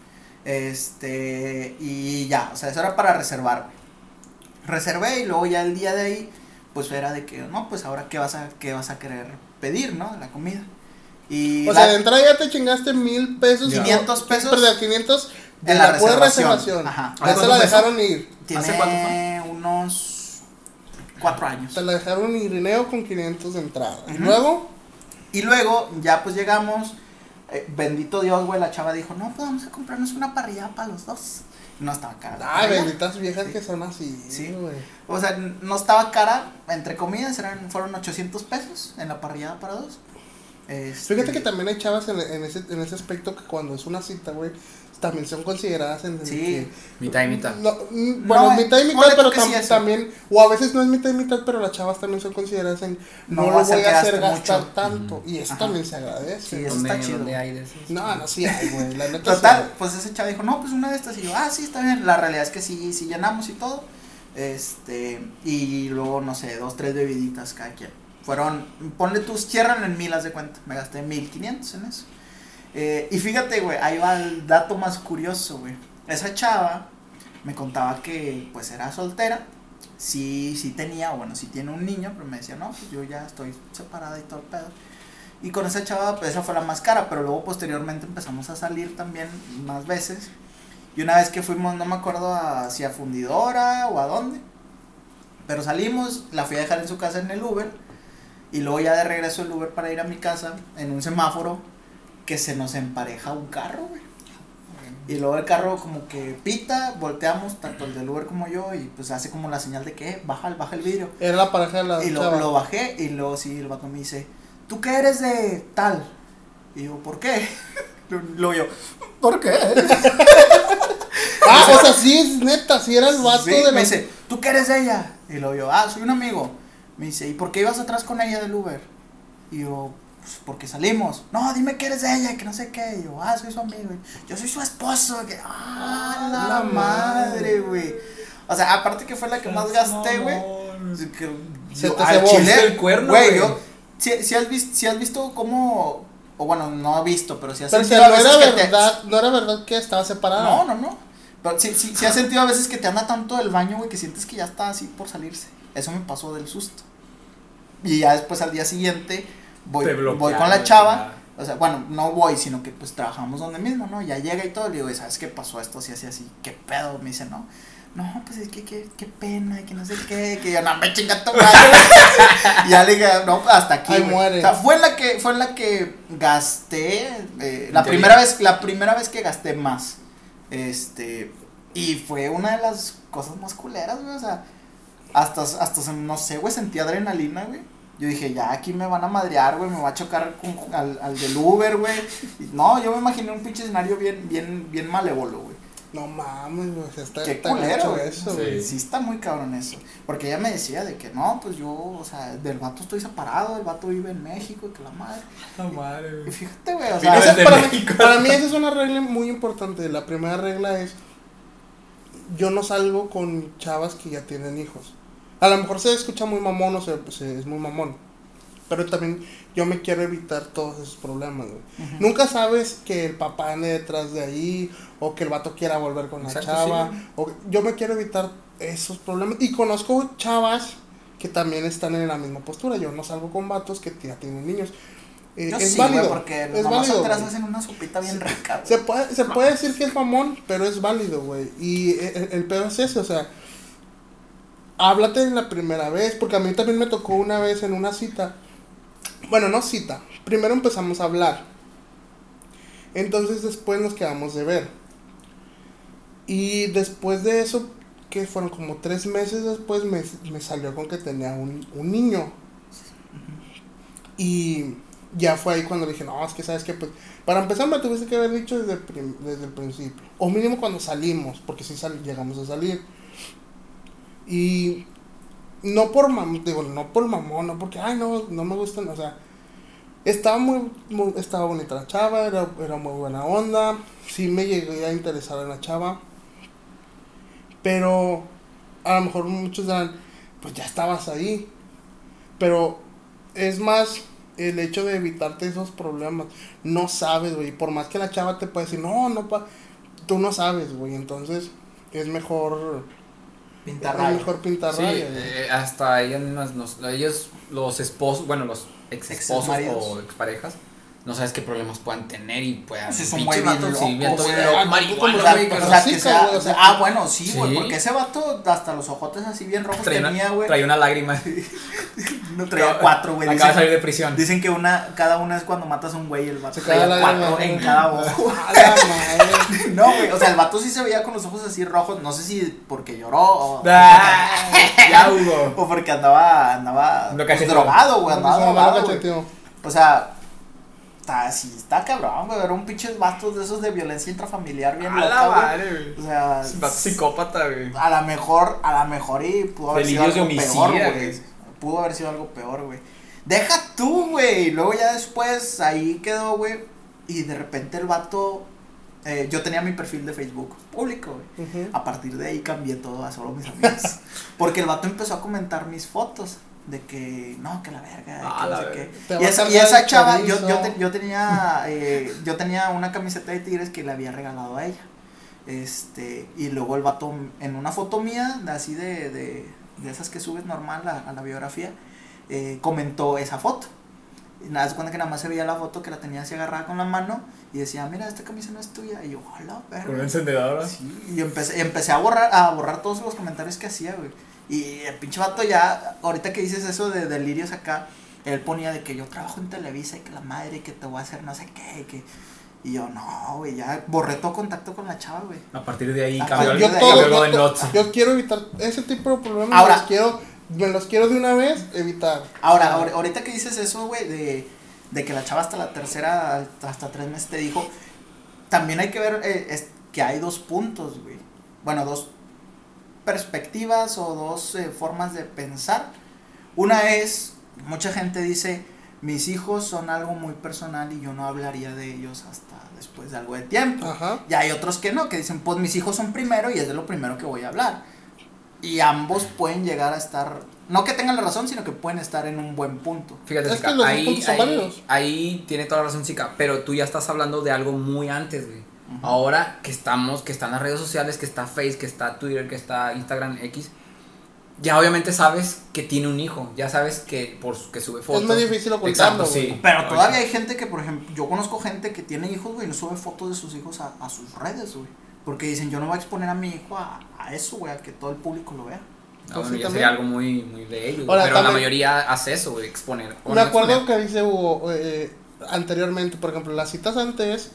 Y ya, o sea, eso era para reservar, güey. Reservé y luego ya el día de ahí, pues era de que, no, pues ahora qué vas a querer pedir, ¿no? La comida. Y o sea, de entrada ya te chingaste 1,000 pesos. 500 pesos. Perdón, 500 de en la pura reservación. Ajá. Ya se la dejaron ir. ¿Hace cuánto Tiene unos 4 años. Se la dejaron ir, Rineo, con 500 de entrada. Ujú. Y luego, ya pues llegamos, bendito Dios, güey, la chava dijo, no, pues vamos a comprarnos una parrilla para los dos. No estaba cara. Ay, benditas viejas que son así, Sí. güey. O sea, no estaba cara, entre comillas, fueron 800 pesos en la parrillada para dos. Fíjate que también hay chavas en ese aspecto que cuando es una cita, güey, también son consideradas en Sí. que, Mitad y mitad. bueno, mitad y mitad, ponle tú pero que sí eso. también, o a veces no es mitad y mitad, pero las chavas también son consideradas en No no va lo a hacer voy que a hacer gaste gastar mucho. tanto, y eso Ajá. también se agradece. Sí, eso está chido. ¿Dónde hay de esos? No, sí hay, güey, la neta. Total, sí pues ese chavo dijo, no, pues una de estas. Y yo, sí, está bien. La realidad es que sí llenamos y todo. Y luego, no sé, 2, 3 bebiditas cada quien. Ponle tus, cierran en 1,000, haz de cuenta. Me gasté 1,500 en eso. Y fíjate, güey, ahí va el dato más curioso, güey. Esa chava me contaba que, pues, era soltera. Sí tenía, bueno, sí tiene un niño, pero me decía, no, pues yo ya estoy separada y todo el pedo. Y con esa chava, pues esa fue la más cara, pero luego posteriormente empezamos a salir también más veces. Y una vez que fuimos, no me acuerdo si a Fundidora o a dónde, pero salimos, la fui a dejar en su casa en el Uber, y luego ya de regreso el Uber para ir a mi casa, en un semáforo, que se nos empareja un carro, güey. Y luego el carro como que pita, volteamos, tanto el del Uber como yo, y pues hace como la señal de que baja el vidrio. Era la pareja de la Y chava. lo bajé, y luego sí, el vato me dice, ¿tú qué eres de tal? Y yo, ¿por qué? Luego yo, ¿por qué? O sea, sí es neta, sí era el vato Sí, de la... me dice, ¿tú qué eres de ella? Y luego yo, soy un amigo. Me dice, ¿y por qué ibas atrás con ella del Uber? Y yo, pues porque salimos. No, dime que eres de ella, que no sé qué. Y yo, soy su amigo. Y yo soy su esposo. Que, la madre, güey. O sea, aparte que fue la que más gasté, güey. Se te al cebó chile, el cuerno, güey. güey. Yo, si has visto cómo, o bueno, no he visto, pero si has Pero sentido a no veces era que verdad, no era verdad que estaba separada. no. Pero sí has sentido a veces que te anda tanto del baño, güey, que sientes que ya está así por salirse. Eso me pasó del susto. Y ya después al día siguiente voy con la chava. O sea, bueno, no voy, sino que pues trabajamos donde mismo, ¿no? Ya llega y todo, le digo, ¿sabes qué pasó esto? Así, ¿qué pedo? Me dice, no, pues es que qué pena, que no sé qué, que yo, no, me chinga tu madre. Y ya le dije, no, hasta aquí, Ahí güey. muere. O sea, fue en la que gasté, la primera vez que gasté más. Y fue una de las cosas más culeras, güey, o sea, hasta no sé, güey, sentí adrenalina, güey. Yo dije, ya aquí me van a madrear, güey, me va a chocar al del Uber, güey. No, yo me imaginé un pinche escenario bien malévolo, güey. No mames, güey, está Qué tan culero, gacho güey. eso, Sí. güey. Sí está muy cabrón eso. Porque ella me decía de que no, pues yo, o sea, del vato estoy separado, el vato vive en México y que la madre. La madre, Y güey. fíjate, güey, o Mira, sea, Esa de para, mí, México. para mí esa es una regla muy importante. La primera regla es, yo no salgo con chavas que ya tienen hijos. A lo mejor se escucha muy mamón, es muy mamón. Pero también yo me quiero evitar todos esos problemas, güey. Ujú. Nunca sabes que el papá ande detrás de ahí, o que el vato quiera volver con Exacto, la chava. sí. Yo me quiero evitar esos problemas. Y conozco chavas que también están en la misma postura. Yo no salgo con vatos que ya tienen niños. yo Es sí, válido. güey, porque es los mamás válido, solteras güey. hacen una sopita bien rica, güey. Se puede decir que es mamón, pero es válido, güey. Y el pedo es ese, o sea, háblate en la primera vez, porque a mí también me tocó una vez en una cita. Bueno, no cita. Primero empezamos a hablar. Entonces después nos quedamos de ver. Y después de eso, que fueron como 3 meses después, me salió con que tenía un niño. Y ya fue ahí cuando dije, no, es que sabes que pues, para empezar me tuviste que haber dicho desde el principio. O mínimo cuando salimos, porque sí llegamos a salir. Y no por mamón, no porque, no me gustan, o sea, estaba estaba bonita la chava, era muy buena onda, sí me llegué a interesar en la chava, pero a lo mejor muchos dirán, pues ya estabas ahí. Pero es más el hecho de evitarte esos problemas. No sabes, güey. Por más que la chava te pueda decir, tú no sabes, güey. Entonces es mejor Pintar es rayas. mejor pintar Sí, rayas, güey. hasta ellas mismas, ellos, los esposos, bueno, los ex esposos Exmaridos. o exparejas, no sabes qué problemas puedan tener y puedan. Ese es un pinche güey bien vato, sí, loco, bien todo güey. loco, Ah, marihuana, como güey, la- que O no- sea, sí, que sea, güey, o sea, bueno, sí, güey, sí. porque ese vato hasta los ojotes así bien rojos traía tenía, una, güey. traía una lágrima. No traía 4, güey. Acaba de salir de prisión. Dicen que cada una es cuando matas a un güey, el vato Se traía cae la 4 lágrima. en cada ojo. A la madre. No, güey, o sea, el vato sí se veía con los ojos así rojos, no sé si porque lloró o Ya, Hugo. o porque andaba Lo pues, cacheteó. drogado, güey, andaba No, no, no, drogado, no, güey. cacheteó. O sea, está cabrón, güey, ver un pinches vatos de esos de violencia intrafamiliar bien A la loca, güey. madre, güey. O sea, Es un vato psicópata, güey. a lo mejor y pudo haber sido Delirios de algo peor, homicida, güey. güey. Pudo haber sido algo peor, güey. Deja tú, güey. Luego ya después ahí quedó, güey. Y de repente el vato. Yo tenía mi perfil de Facebook público, güey. Ujú. A partir de ahí cambié todo a solo mis amigos. Porque el vato empezó a comentar mis fotos. De que, no, que la verga, Ah, que no la sé verga. qué. Te Y va a esa, cargar el chava, chorizo. yo tenía una camiseta de Tigres que le había regalado a ella. Y luego el vato, en una foto mía, así de esas que subes normal a la biografía, comentó esa foto. Y nada, se cuenta que nada más se veía la foto que la tenía así agarrada con la mano y decía, mira, esta camisa no es tuya. Y yo, hola, verga. Con una encendedora. Sí, y empecé a borrar todos los comentarios que hacía, güey. Y el pinche vato ya, ahorita que dices eso de delirios acá, él ponía de que yo trabajo en Televisa y que la madre y que te voy a hacer no sé qué, y yo, no, güey, ya borré todo contacto con la chava, güey. A partir de ahí Ah, cambió yo algo. todo- Cambió de noche. Yo quiero evitar ese tipo de problemas. Ahora- me los quiero de una vez evitar. Ahora, ahorita que dices eso, güey, de que la chava hasta la tercera, hasta 3 meses te dijo, también hay que ver que hay 2 puntos, güey. Bueno, 2 perspectivas o 2 formas de pensar. Una es, mucha gente dice, mis hijos son algo muy personal y yo no hablaría de ellos hasta después de algo de tiempo. Ajá. Y hay otros que no, que dicen, pues mis hijos son primero y es de lo primero que voy a hablar. Y ambos pueden llegar a estar, no que tengan la razón, sino que pueden estar en un buen punto. Fíjate, Es chica, que los dos puntos son válidos. ahí tiene toda la razón, chica, pero tú ya estás hablando de algo muy antes, güey. Ahora que están las redes sociales, que está Face, que está Twitter, que está Instagram X, ya obviamente sabes que tiene un hijo, ya sabes que que sube fotos. Es muy difícil ocultarlo, Exacto, sí. güey. Pero todavía hay gente que, por ejemplo, yo conozco gente que tiene hijos, güey, y no sube fotos de sus hijos a sus redes, güey. Porque dicen, yo no voy a exponer a mi hijo a eso, güey, a que todo el público lo vea. No, Pues bueno, sí, ya también. sería algo muy de ellos, Ahora, pero la también- mayoría hace eso, güey, exponer. O Me no acuerdo exponer. que dice Hugo anteriormente, por ejemplo, las citas antes,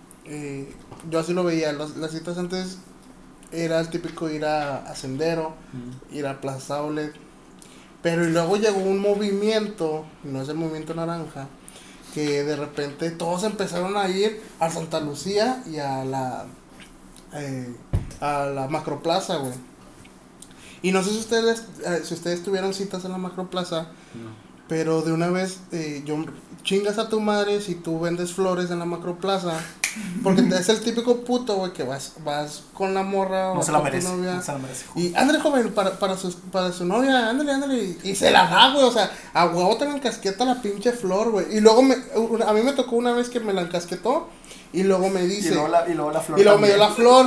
yo así lo veía, las citas antes era el típico ir a Sendero, ir a Plaza Outlet, pero y luego llegó un movimiento, no es el movimiento naranja, que de repente todos empezaron a ir a Santa Lucía y a la Macroplaza, güey. Y no sé si ustedes tuvieron citas en la Macroplaza, No. pero de una vez, chingas a tu madre si tú vendes flores en la Macroplaza. Porque es el típico puto, güey, que vas con la morra No o se la con tu merece, novia. no se la merece. Y ándale, joven, para su novia, ándale. Y se la da, güey, o sea, a huevo te la encasqueta la pinche flor, güey. Y luego a mí me tocó una vez que me la encasquetó. Y luego me dice. Y luego la flor. Y luego me dio la flor.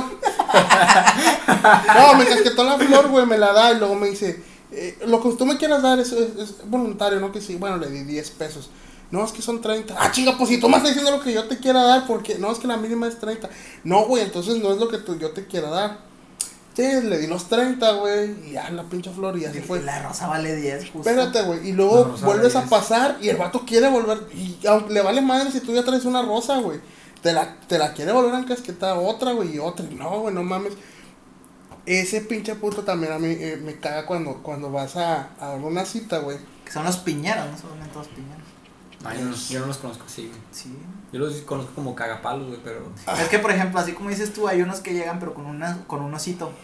No, me encasquetó la flor, güey, me la da. Y luego me dice, lo que tú me quieras dar es voluntario, ¿no? Que sí, bueno, le di 10 pesos. No, es que son 30. Ah, chinga, pues si tú me estás diciendo lo que yo te quiera dar, porque no, es que la mínima es 30. No, güey, entonces no es lo que yo te quiera dar. Sí, le di los 30, güey, y ya la pinche flor y así fue. La rosa vale 10, justo. Espérate, güey, y luego La rosa vuelves vale a 10. pasar y el vato quiere volver, y aunque le vale madre si tú ya traes una rosa, güey. Te la quiere volver a encasquetar otra, güey, y otra. Y no, güey, no mames. Ese pinche puto también a mí me caga cuando vas a una cita, güey. Que son los piñeros, no solamente los piñeros. Ay, yo no los conozco así, güey. Sí. Yo los conozco como cagapalos, güey, pero... Es que, por ejemplo, así como dices tú, hay unos que llegan pero con un osito.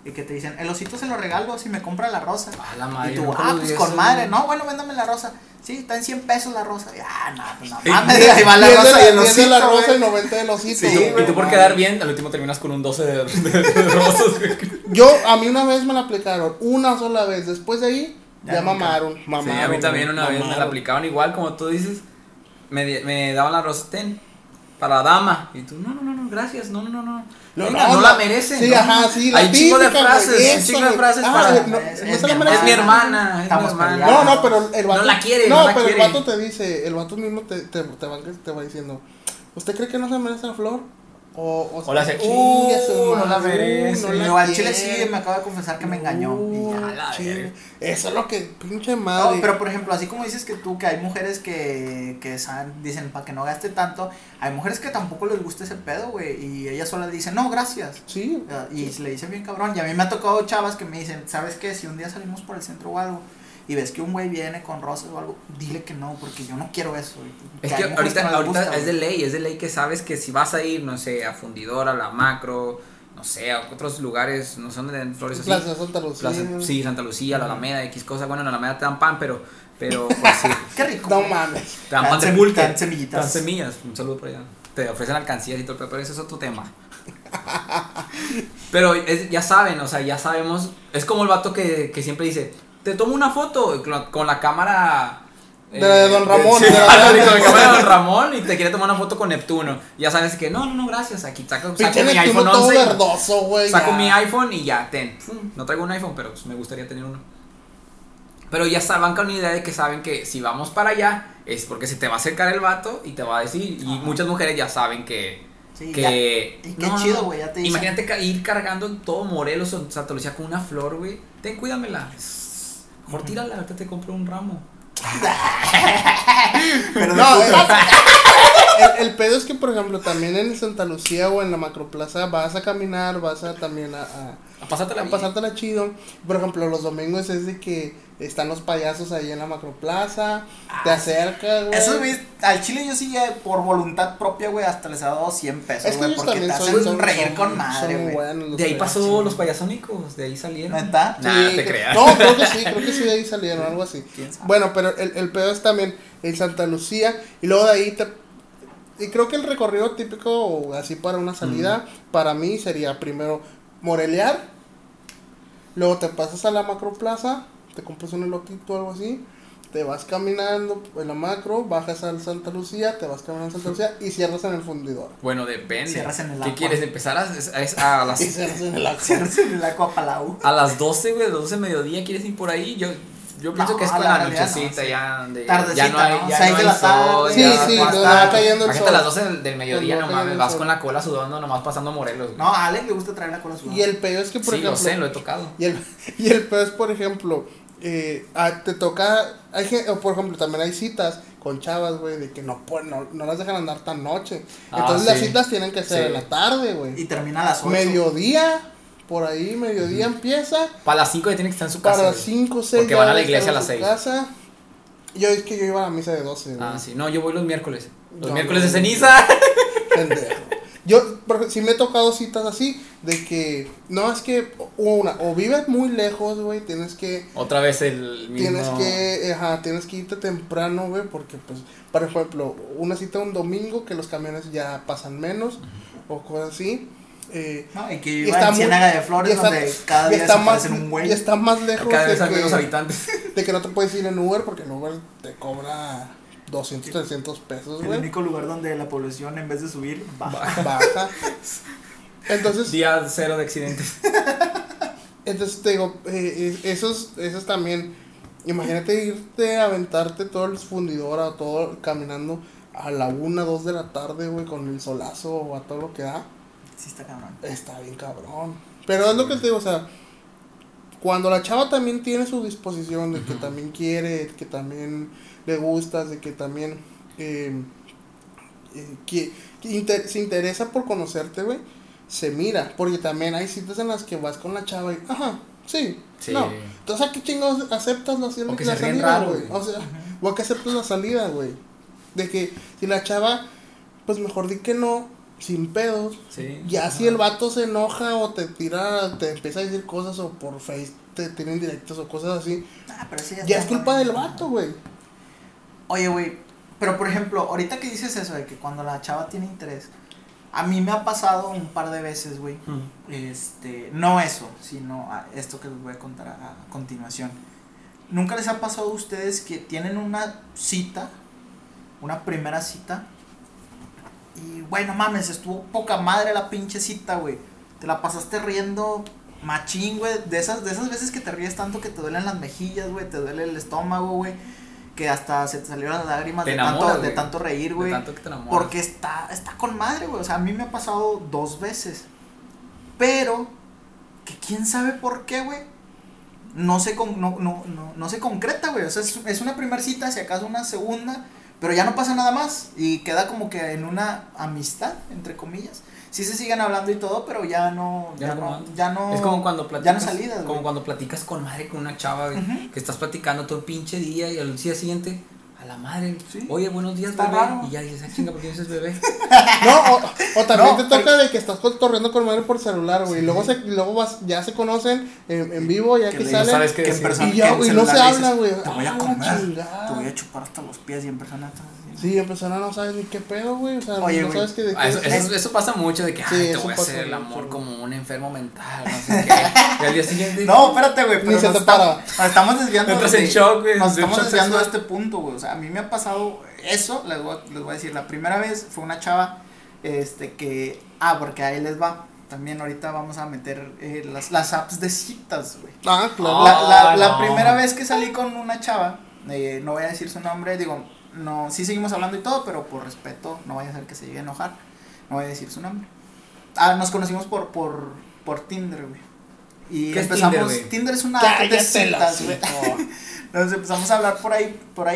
y que te dicen, el osito se lo regalo si me compra la rosa. Ah, la madre, y tú, nunca lo pues vi con eso, madre, güey. no, bueno, véndame la rosa. Sí, está en 100 pesos la rosa. No, pues no Y- mames, ahí va la 10 de rosa y el 10 de la osito, rosa y güey. 90 del osito. Sí, güey. güey. Y tú por quedar bien, al último terminas con un 12 de rosas, güey. A mí una vez me la aplicaron, una sola vez. Después de ahí, Ya ya nunca. mamaron. Sí, a mí también una vez me la aplicaban igual, como tú dices. Me daban la rosa, ten, para la dama. Y tú, no, gracias, no. Venga, no la merece. Sí, no. ajá, sí. Hay un chingo de típica, frases, güey, un esa, chingo de güey. frases Ah, para. no, Es no mi se la hermana. merece. Es mi hermana, es mi Estamos hermana. peleados. No, pero el vato. No la quiere, No, no la pero quiere. el vato te dice, el vato mismo te va diciendo, ¿usted cree que no se merece la flor? O la hace, chingue su no la madre, merece. no la Yo al chile quiere. sí me acabo de confesar que me engañó. Y ya, la Chingue. verga. Eso es lo que, pinche No, madre. pero por ejemplo, así como dices que tú, que hay mujeres que dicen para que no gaste tanto, hay mujeres que tampoco les gusta ese pedo, güey, y ellas solas dicen, no, gracias. Sí. Y se le dicen bien cabrón, y a mí me ha tocado chavas que me dicen, ¿sabes qué? Si un día salimos por el centro o algo, y ves que un güey viene con rosas o algo, dile que no, porque yo no quiero eso, güey. Es hay que mujeres no les ahorita gusta, es güey. de ley que sabes que si vas a ir, no sé, a Fundidora, a la Macro, no sé, a otros lugares, no son de flores así. Plaza Santa Lucía. Sí, Santa Lucía, la Alameda, X cosa. Bueno, en la Alameda te dan pan, pero pues sí. Qué rico. No güey. mames. Te dan pan de Dan pulque. dan semillitas. Dan semillas. Un saludo por allá. Te ofrecen alcancías y todo, pero ese es otro tema. Pero ya saben, o sea, ya sabemos. Es como el vato que siempre dice: te tomo una foto con la cámara. De Don Ramón, Sí, de la- con la cámara de Don Ramón y te quiere tomar una foto con Neptuno. Ya sabes que no, gracias. Aquí saco Pinche mi Neptuno iPhone todo 11. verdoso, güey. Saco ya. mi iPhone y ya, ten. No traigo un iPhone, pero pues me gustaría tener uno. Pero ya van con la idea de que saben que si vamos para allá es porque se te va a acercar el vato y te va a decir. Y Ajá. muchas mujeres ya saben que. Sí, que ya. Y qué chido, güey, ya te dicen. Imagínate ir cargando todo Morelos o Santa Lucía con una flor, güey. Ten, cuídamela. Mejor tírala, ahorita te compro un ramo. Pero No, de puta. el pedo es que, por ejemplo, también en Santa Lucía o en la Macroplaza vas a caminar, vas a también A pasártela a bien. pasártela chido. Por ejemplo, los domingos es de que están los payasos ahí en la Macroplaza, te acercas, güey. Eso, güey, al chile yo sí, por voluntad propia, güey, hasta les he dado 100 pesos, Es que güey, ellos porque también te son, hacen reír con madre, son güey. buenos los De ahí payasos. pasó los payasónicos, de ahí salieron. ¿Neta? Nah, Sí, te creas. No, creo que sí de ahí salieron, algo así. ¿Quién sabe? Bueno, pero el pedo es también en Santa Lucía y luego de ahí y creo que el recorrido típico o así para una salida para mí sería primero morelear, luego te pasas a la Macroplaza, te compras un elotito o algo así, te vas caminando en la Macro, bajas al Santa Lucía, te vas caminando a Santa Lucía y cierras en el Fundidor. Bueno, depende. Cierras en el ¿Qué agua. quieres? ¿Empezar a las Y cierras en el Aqua. Cierras en el Aqua Palau. A las 12, güey, 12 de mediodía, ¿quieres ir por ahí? Yo pienso No, que es con la la realidad nochecita no, sí. ya donde Tardecita, ya no hay, ¿no? ya 6 no de hay la tarde. sol, Sí, ya sí, va a no, estar- va cayendo el Imagínate sol. a las 12 del mediodía, No, no cayendo mames, el vas sol. con la cola sudando nomás pasando Morelos, güey. No, a Alex le gusta traer la cola sudada. Y el pedo es que, por Sí, ejemplo, lo sé, lo he tocado. Y el peor es, por ejemplo, te toca, o por ejemplo, también hay citas con chavas, güey, de que no las dejan andar tan noche. Ah, Entonces sí. las citas tienen que ser Sí. en la tarde, güey. Y termina a las 8. Mediodía, por ahí, mediodía empieza. Para las 5 ya tienen que estar en su casa. Para güey. 5, 6 Porque van a la iglesia a las 6. Casa. Es que yo iba a la misa de 12, güey. Ah, sí. No, yo voy los miércoles. Los No, miércoles no, de no. ceniza. Pendejo. Yo, porque sí me he tocado citas así, de que, no, es que, o vives muy lejos, güey, tienes que Otra vez el mismo. tienes que irte temprano, güey, porque pues, por ejemplo, una cita un domingo que los camiones ya pasan menos o cosas así. No, y que Y iba está en muy- Ciénaga de y Flores, está- donde cada y día está se más, aparecen un güey. y está más lejos Cada vez de hay menos que, habitantes. de que no te puedes ir en Uber porque en Uber te cobra 200, 300 pesos, El güey. único lugar donde la población, en vez de subir, baja. Baja. Entonces, Día cero de accidentes. Entonces te digo, esos también, imagínate irte a aventarte todo el fundidora o todo caminando a la 1, 2 de la tarde, güey, con el solazo o a todo lo que da, Sí, está cabrón. está bien cabrón. Pero es lo que te digo, o sea, cuando la chava también tiene su disposición de que también quiere, que también le gustas, de que también se interesa por conocerte, güey, se mira, porque también hay citas en las que vas con la chava y, ajá, sí, Sí. no, entonces ¿a qué chingados aceptas la O que la se ríen salida, raro, güey? güey. O sea, o a qué aceptas la salida, güey, de que si la chava, pues mejor di que no, sin pedos. Sí. Ya si el vato se enoja o te tira, te empieza a decir cosas o por Face te tienen directos o cosas así, Pero eso ya está es culpa mal. del vato, güey. Oye, güey, pero por ejemplo, ahorita que dices eso de que cuando la chava tiene interés, a mí me ha pasado un par de veces, güey. No eso, sino esto que les voy a contar a continuación. ¿Nunca les ha pasado a ustedes que tienen una cita, una primera cita? Y, güey, no mames, estuvo poca madre la pinche cita, güey. Te la pasaste riendo machín, güey. De esas veces que te ríes tanto que te duelen las mejillas, güey. Te duele el estómago, güey. Que hasta se te salieron las lágrimas Te de, enamoras, de tanto reír, güey. De tanto que te enamoras. Porque está con madre, güey. O sea, a mí me ha pasado 2 veces. Pero, que quién sabe por qué, güey. No se concreta, güey. O sea, es una primera cita, si acaso una segunda. Pero ya no pasa nada más. Y queda como que en una amistad, entre comillas. Sí se siguen hablando y todo, pero ya no. Es como cuando platicas. Ya no salidas, güey. Como cuando platicas con madre con una chava, güey. Uh-huh. Que estás platicando todo el pinche día y al día siguiente. A la madre, sí. Oye, buenos días, Está bebé. raro. Y ya dices, chinga, ¿por qué dices bebé? No, o también No, te toca de que estás corriendo con madre por celular, güey. Sí. Y luego ya se conocen en vivo, ya que no salen. sabes qué que en decir. persona, Y ya, que en güey, no se celular habla, dices, güey. Te voy a Ah, comer, chingada. te voy a chupar hasta los pies y en persona estás así. Sí, en persona no sabes ni qué pedo, güey. O sea, Oye, no güey. sabes qué de qué. Eso pasa mucho de que, Sí, te eso voy a pasa hacer el mucho, amor güey. como un enfermo mental, no sé qué. Y al día siguiente. No, espérate, güey, Ni pero se nos te para. nos estamos desviando. Entras en shock, güey. Nos de un estamos shock desviando de sexual. este punto, güey. O sea, a mí me ha pasado eso, les voy a decir. La primera vez fue una chava, que. Porque ahí les va. También ahorita vamos a meter las apps de citas, güey. Ah, claro. La no. primera vez que salí con una chava, no voy a decir su nombre, digo, no, sí seguimos hablando y todo, pero por respeto, no vaya a ser que se llegue a enojar, no voy a decir su nombre. Nos conocimos por Tinder, güey. Y ¿Qué es empezamos, Tinder, güey? Tinder es una app de Cállate los citas, güey. Nos empezamos a hablar por ahí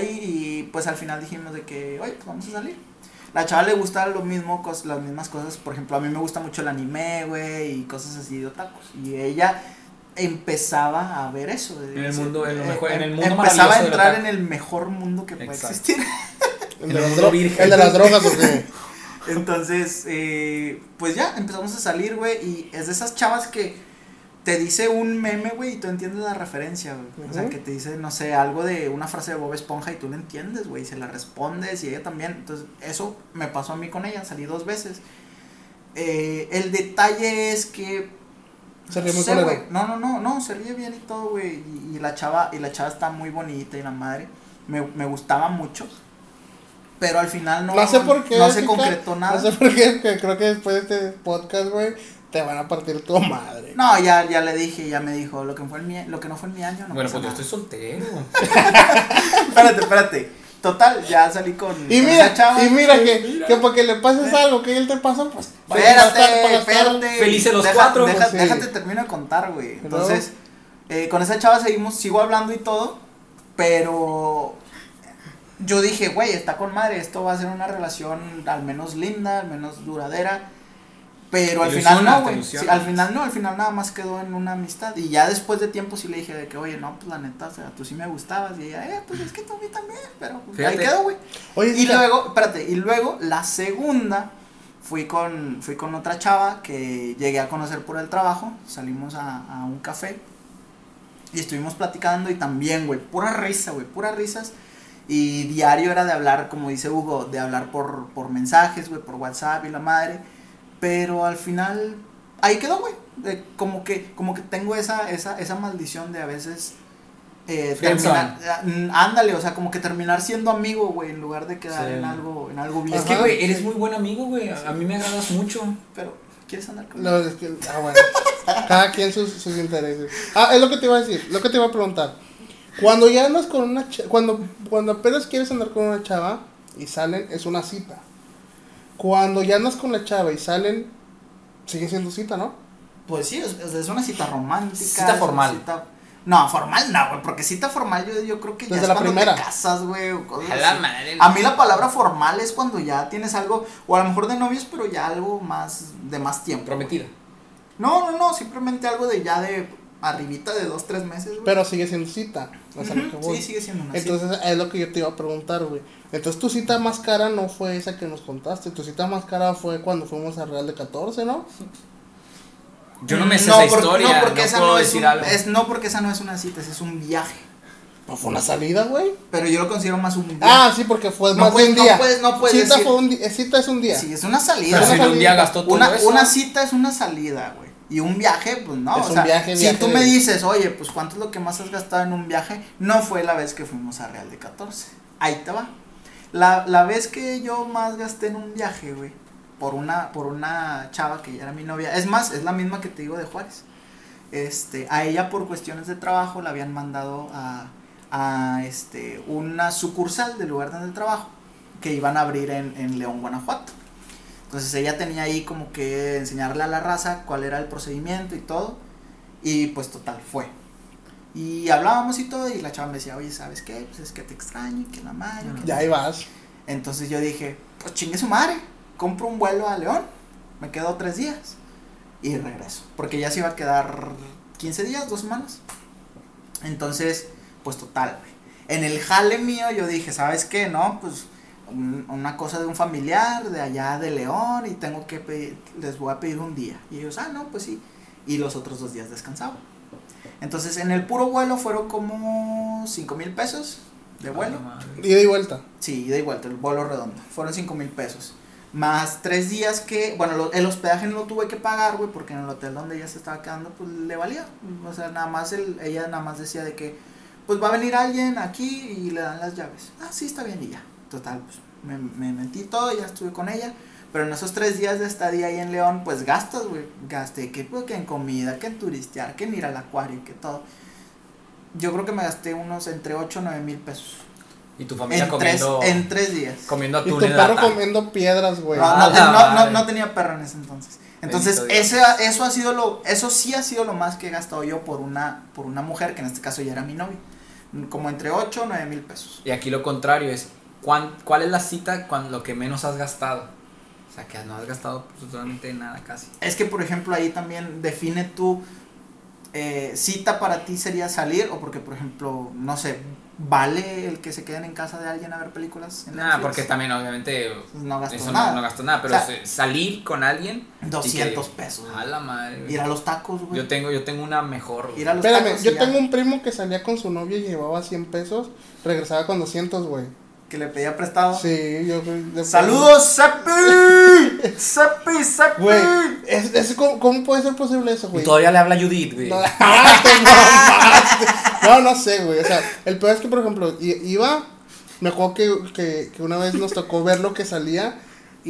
y pues al final dijimos de que, oye, pues vamos a salir. La chava le gusta lo mismo, las mismas cosas, por ejemplo, a mí me gusta mucho el anime, güey, y cosas así de otakus. Y ella empezaba a ver eso. En el mundo, en el mundo empezaba a maravilloso entrar del en el mejor mundo que puede Exacto. existir. El el de, mundo virgen. el de las drogas, ¿o qué? Entonces, pues ya, empezamos a salir, güey, y es de esas chavas que te dice un meme, güey, y tú entiendes la referencia, güey. O sea, que te dice, no sé, algo de una frase de Bob Esponja y tú lo entiendes, güey, y se la respondes y ella también. Entonces, eso me pasó a mí con ella, salí 2 veces. El detalle es que Se ríe muy sé, culero. güey. No, se ríe bien y todo, güey. Y la chava está muy bonita y la madre me gustaba mucho. Pero al final No sé por qué. no se chica, concretó nada. No sé por qué, que creo que después de este podcast, güey, te van a partir tu madre. No, ya le dije, ya me dijo, lo que no fue en mi año, no Bueno, pasa pues yo nada. estoy soltero. Espérate. Total, ya salí con Y con mira, esa chava. que porque le pases algo que él te pasó, pues. Espérate. Felices los 4, pues, sí. Déjate termino de contar, güey. Entonces, con esa chava sigo hablando y todo, pero yo dije, güey, está con madre, esto va a ser una relación al menos linda, al menos duradera. Pero al final no, güey. Sí, al final nada más quedó en una amistad. Y ya después de tiempo sí le dije de que, oye, no, pues la neta, o sea, tú sí me gustabas. Y ella, pues es que tú a mí también. Pero pues, ahí quedó, güey. Oye, Y luego, la segunda, fui con otra chava que llegué a conocer por el trabajo. Salimos a un café y estuvimos platicando y también, güey, pura risa, güey, puras risas. Y diario era de hablar, como dice Hugo, de hablar por mensajes, güey, por WhatsApp y la madre. Pero al final, ahí quedó, güey. Como que tengo esa maldición de a veces terminar, ándale, o sea, como que terminar siendo amigo, güey, en lugar de quedar en algo bien. Es que, güey, eres muy buen amigo, güey. A mí me agradas mucho. Pero, ¿quieres andar conmigo? No, es que, bueno. Cada quien sus intereses. Es lo que te iba a decir, lo que te iba a preguntar. Cuando ya andas con una cuando apenas quieres andar con una chava y salen, es una cita. Cuando ya andas con la chava y salen, sigue siendo cita, ¿no? Pues sí, es una cita romántica. Cita formal. No, formal no, güey, porque cita formal yo creo que ya Desde es la cuando primera. te casas, güey, o cosas A la así. madre. A mí la palabra formal es cuando ya tienes algo, o a lo mejor de novios, pero ya algo más, de más tiempo. Prometida. No, simplemente algo de ya de arribita de 2-3 meses, güey. Pero sigue siendo cita, o sea, lo que voy. Sí, sigue siendo una Entonces, cita. es lo que yo te iba a preguntar, güey. Entonces, tu cita más cara no fue esa que nos contaste. Tu cita más cara fue cuando fuimos a Real de 14, ¿no? Yo no me sé esa porque, historia, no, porque no esa puedo no es, decir algo. no porque esa no es una cita, ese es un viaje. Pues fue una salida, güey. Pero yo lo considero más un viaje. Ah, sí, porque fue No más puedes- de un día. no puedes cita decir- fue un día. Cita es un día. Sí, es una salida. Pero si en un día gastó todo eso. Una cita es una salida, güey. Y un viaje, pues no. Es o un sea, viaje, si viaje tú me de- dices, oye, pues cuánto es lo que más has gastado en un viaje, no fue la vez que fuimos a Real de 14. Ahí te va. La vez que yo más gasté en un viaje, güey, por una chava que ya era mi novia. Es más, es la misma que te digo de Juárez. A ella por cuestiones de trabajo la habían mandado a una sucursal del lugar donde trabajo que iban a abrir en León, Guanajuato. Entonces ella tenía ahí como que enseñarle a la raza cuál era el procedimiento y todo. Y pues total, fue. Y hablábamos y todo y la chava me decía, oye, ¿sabes qué? Pues es que te extraño y que la madre. que Ya no ahí sé". vas. Entonces yo dije, pues chingue su madre, compro un vuelo a León, me quedo 3 días y regreso. Porque ya se iba a quedar 15 días, 2 semanas. Entonces, pues total, güey. En el jale mío yo dije, ¿sabes qué? No, pues una cosa de un familiar de allá de León y tengo que pedir, les voy a pedir un día. Y ellos, no, pues sí. Y los otros 2 días descansaba. Entonces en el puro vuelo fueron como 5,000 pesos de vuelo. Ida y vuelta. Sí, ida y vuelta, el vuelo redondo. Fueron 5,000 pesos. Más 3 días que, bueno, el hospedaje no lo tuve que pagar, güey, porque en el hotel donde ella se estaba quedando, pues le valía. O sea, nada más ella nada más decía de que, pues va a venir alguien aquí y le dan las llaves. Ah, sí, está bien y ya. Total, pues me metí todo, ya estuve con ella. Pero en esos 3 días de estadía ahí en León, pues gastas, güey. Gasté que en comida, que en turistear, que en ir al acuario, que todo. Yo creo que me gasté unos entre 8 o 9 mil pesos. Y tu familia En 3 días. comiendo Y atún tu en perro lata. comiendo piedras, güey. No tenía perro en ese entonces. Entonces, Bendito Dios. eso sí ha sido lo más que he gastado yo por una mujer, que en este caso ya era mi novia. Como entre 8 o 9 mil pesos. Y aquí lo contrario es, ¿cuál es la cita con lo que menos has gastado? O sea, que no has gastado absolutamente nada casi. Es que, por ejemplo, ahí también define tu cita para ti sería salir, o porque, por ejemplo, no sé, ¿vale el que se queden en casa de alguien a ver películas en Nada, Netflix? porque también obviamente No gasto eso nada. no gasto nada, pero O sea, salir con alguien 200 pesos. A la madre. Güey. Ir a los tacos, güey. Yo tengo una mejor. Güey. Ir a los Espérame, tacos y yo ya. tengo un primo que salía con su novia y llevaba 100 pesos, regresaba con 200, güey. Que le pedía prestado. Sí, yo... ¡Saludos, Sepi! ¡Sepi! Güey, ¿cómo puede ser posible eso, Y güey? todavía le habla Judith, güey. No, te mamaste. No sé, güey. O sea, el peor es que, por ejemplo, me acuerdo que una vez nos tocó ver lo que salía y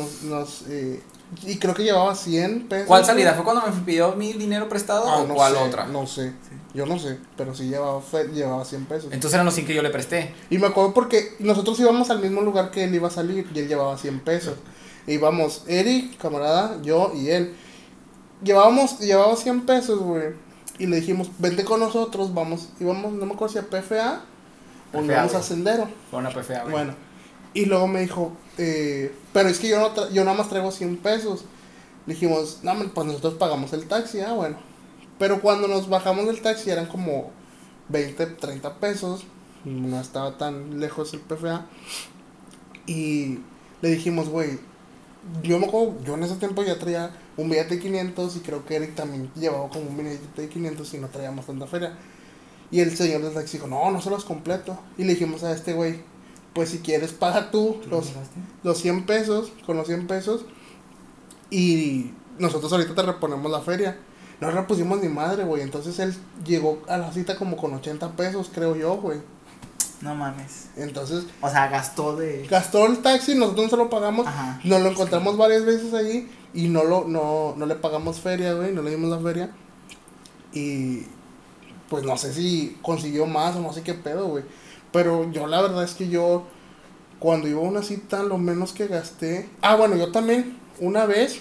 y creo que llevaba 100 pesos. ¿Cuál salida? güey. ¿Fue cuando me pidió mi dinero prestado Ah, o no cuál sé, otra? No sé. Yo no sé, pero sí llevaba 100 pesos. Entonces eran los 100 que yo le presté. Y me acuerdo porque nosotros íbamos al mismo lugar que él iba a salir y él llevaba 100 pesos. E íbamos Eric, camarada, yo y él. Llevaba 100 pesos, güey. Y le dijimos, vente con nosotros, íbamos, no me acuerdo si a PFA o PFA, íbamos a güey. Sendero. Fue una PFA, güey. Bueno, y luego me dijo, pero es que yo nada más traigo 100 pesos. Le dijimos, no, pues nosotros pagamos el taxi, bueno. Pero cuando nos bajamos del taxi eran como 20, 30 pesos. No estaba tan lejos el PFA. Y le dijimos, güey, yo me acuerdo, yo en ese tiempo ya traía un billete de 500 y creo que Eric también llevaba como un billete de 500 y no traíamos tanta feria. Y el señor del taxi dijo, no se los completo. Y le dijimos a este güey, pues si quieres paga tú los 100 pesos, con los 100 pesos. Y nosotros ahorita te reponemos la feria. No le pusimos ni madre, güey. Entonces él llegó a la cita como con 80 pesos, creo yo, güey. No mames. Entonces O sea, gastó gastó el taxi, nosotros no se lo pagamos. Ajá. Nos lo encontramos varias veces allí y no le pagamos feria, güey. No le dimos la feria. Y pues no sé si consiguió más o no sé qué pedo, güey. Pero yo la verdad es que cuando iba a una cita, lo menos que gasté... bueno, yo también, una vez,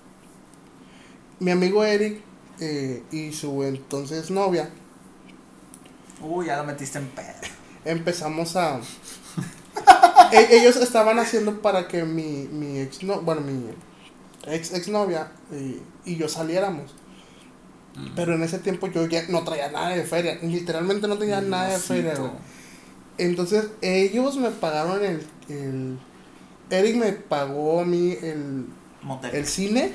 mi amigo Eric y su entonces novia, Ya lo metiste en pedo. empezamos a... ellos estaban haciendo para que mi ex novia y yo saliéramos. Pero en ese tiempo yo ya no traía nada de feria. Literalmente no tenía nada de feria, güey. Entonces ellos me pagaron Eric me pagó a mí el cine.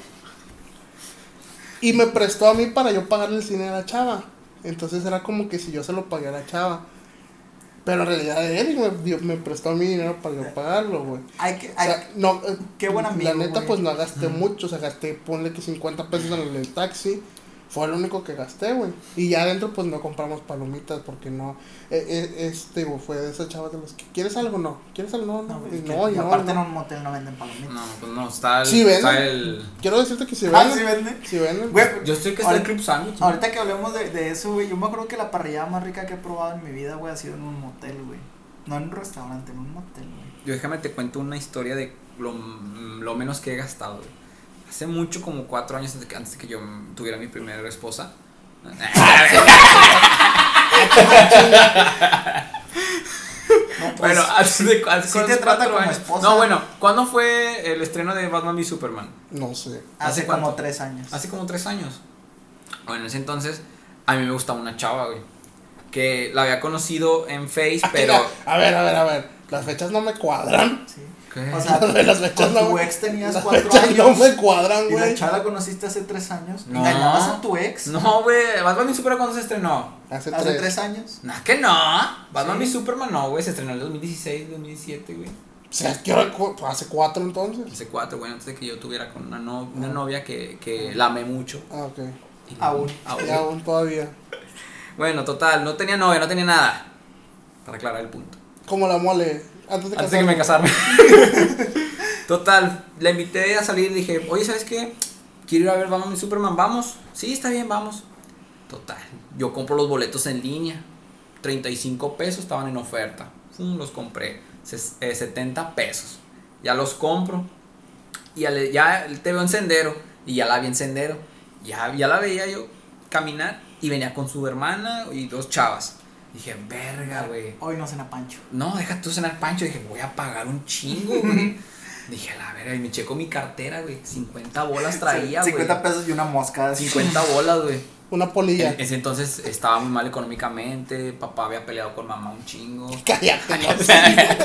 Y me prestó a mí para yo pagarle el cine a la chava. Entonces era como que si yo se lo pagué a la chava. Pero en realidad Eric me prestó a mí dinero para yo pagarlo, güey. Qué buen amigo, la neta, güey. pues no gasté mucho. O sea, gasté, ponle que 50 pesos en el taxi. Fue lo único que gasté, güey. Y ya adentro, pues no compramos palomitas porque no. Güey, fue de esas chavas de los que. ¿Quieres algo? No. ¿Quieres algo? No. Y aparte en un motel no venden palomitas. No, pues no, está el. Sí venden. Está el... Quiero decirte que sí venden. ¿Sí venden? Sí venden. Güey, yo estoy que está el Club Sandwich. ¿No? Ahorita que hablemos de eso, güey, yo me acuerdo que la parrillada más rica que he probado en mi vida, güey, ha sido en un motel, güey. No en un restaurante, en un motel, güey. Yo déjame te cuento una historia de lo menos que he gastado, güey. Hace mucho, como 4 años antes de que yo tuviera mi primera esposa. No, pues, Bueno, hace sí te trata como esposa. No, bueno, ¿cuándo fue el estreno de Batman v Superman? No sé. Hace ¿cuánto? como 3 años. Hace como 3 años. Bueno, en ese entonces a mí me gustaba una chava, güey, que la había conocido en Face, pero... A ver. Las fechas no me cuadran. Sí. ¿Qué? O sea, Las fechas con tu ex tenías 4 Las fechas años. no me cuadran, Y la güey. chava la conociste hace 3 años. No. ¿Engañabas a tu ex? No, güey, Batman v Superman, ¿cuándo se estrenó? Hace Hace 3 3. años. No, que no. Batman v Sí. Superman no, güey, se estrenó en el 2016, 2017, güey. O sea, ¿qué hora? Hace 4 entonces. Hace 4, güey, antes de que yo tuviera con una novia que la amé mucho. Ah, ok. Y- Aún. Y aún todavía. Bueno, total, no tenía novia, no tenía nada. Para aclarar el punto. Como la mole. Antes de Antes de que me casarme. casarme. Total, la invité a salir y dije, oye, ¿sabes qué? Quiero ir a ver Batman y Superman, ¿vamos? Sí, está bien, vamos. Total, yo compro los boletos en línea. 35 pesos estaban en oferta. Los compré. 70 pesos. Ya los compro. Y ya te veo en Sendero. Y ya la vi en Sendero. Ya la veía yo caminar. Y venía con su hermana y 2 chavas. Dije, verga, güey. Hoy no cena Pancho. No, deja tú cenar Pancho. Dije, voy a pagar un chingo, güey. Dije, a la verga, y me checo mi cartera, güey. 50 bolas traía, güey. 50 pesos y una mosca. 50 bolas, güey. Una polilla. En ese entonces estaba muy mal económicamente. Papá había peleado con mamá un chingo. Cállate, no sé.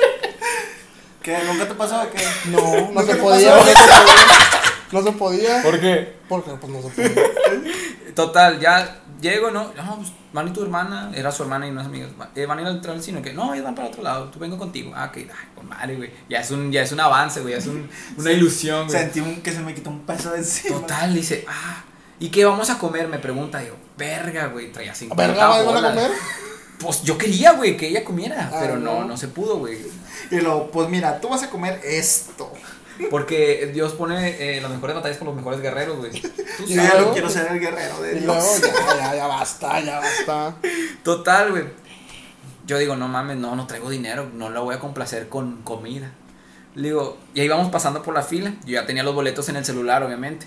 ¿Qué? ¿Nunca te pasó que? No, no ¿Qué se te podía. pasó? No se podía. ¿Por qué? Porque pues no se podía. Total, ya llego, ¿no? No, pues van y tu hermana, era su hermana y unas amigas. Van a ir al entrar al cine, que no, ellos van para otro lado, tú vengo contigo. Ah, ok, ay, con madre, güey. Ya es un avance, güey, ya es una ilusión, güey. Sentí que se me quitó un peso de encima. Total, dice, ¿y qué vamos a comer? Me pregunta, yo, verga, güey, traía 50 ¿Verga van a bolas. comer? Pues yo quería, güey, que ella comiera, pero no. no se pudo, güey. Y luego, pues mira, tú vas a comer esto. Porque Dios pone las mejores batallas por los mejores guerreros, güey. Tú Y Yo sabes. ya luego- no quiero ser el guerrero de Y Dios. luego ya basta. Total, güey. Yo digo, no mames, no traigo dinero, no la voy a complacer con comida. Le digo, y ahí vamos pasando por la fila. Yo ya tenía los boletos en el celular, obviamente.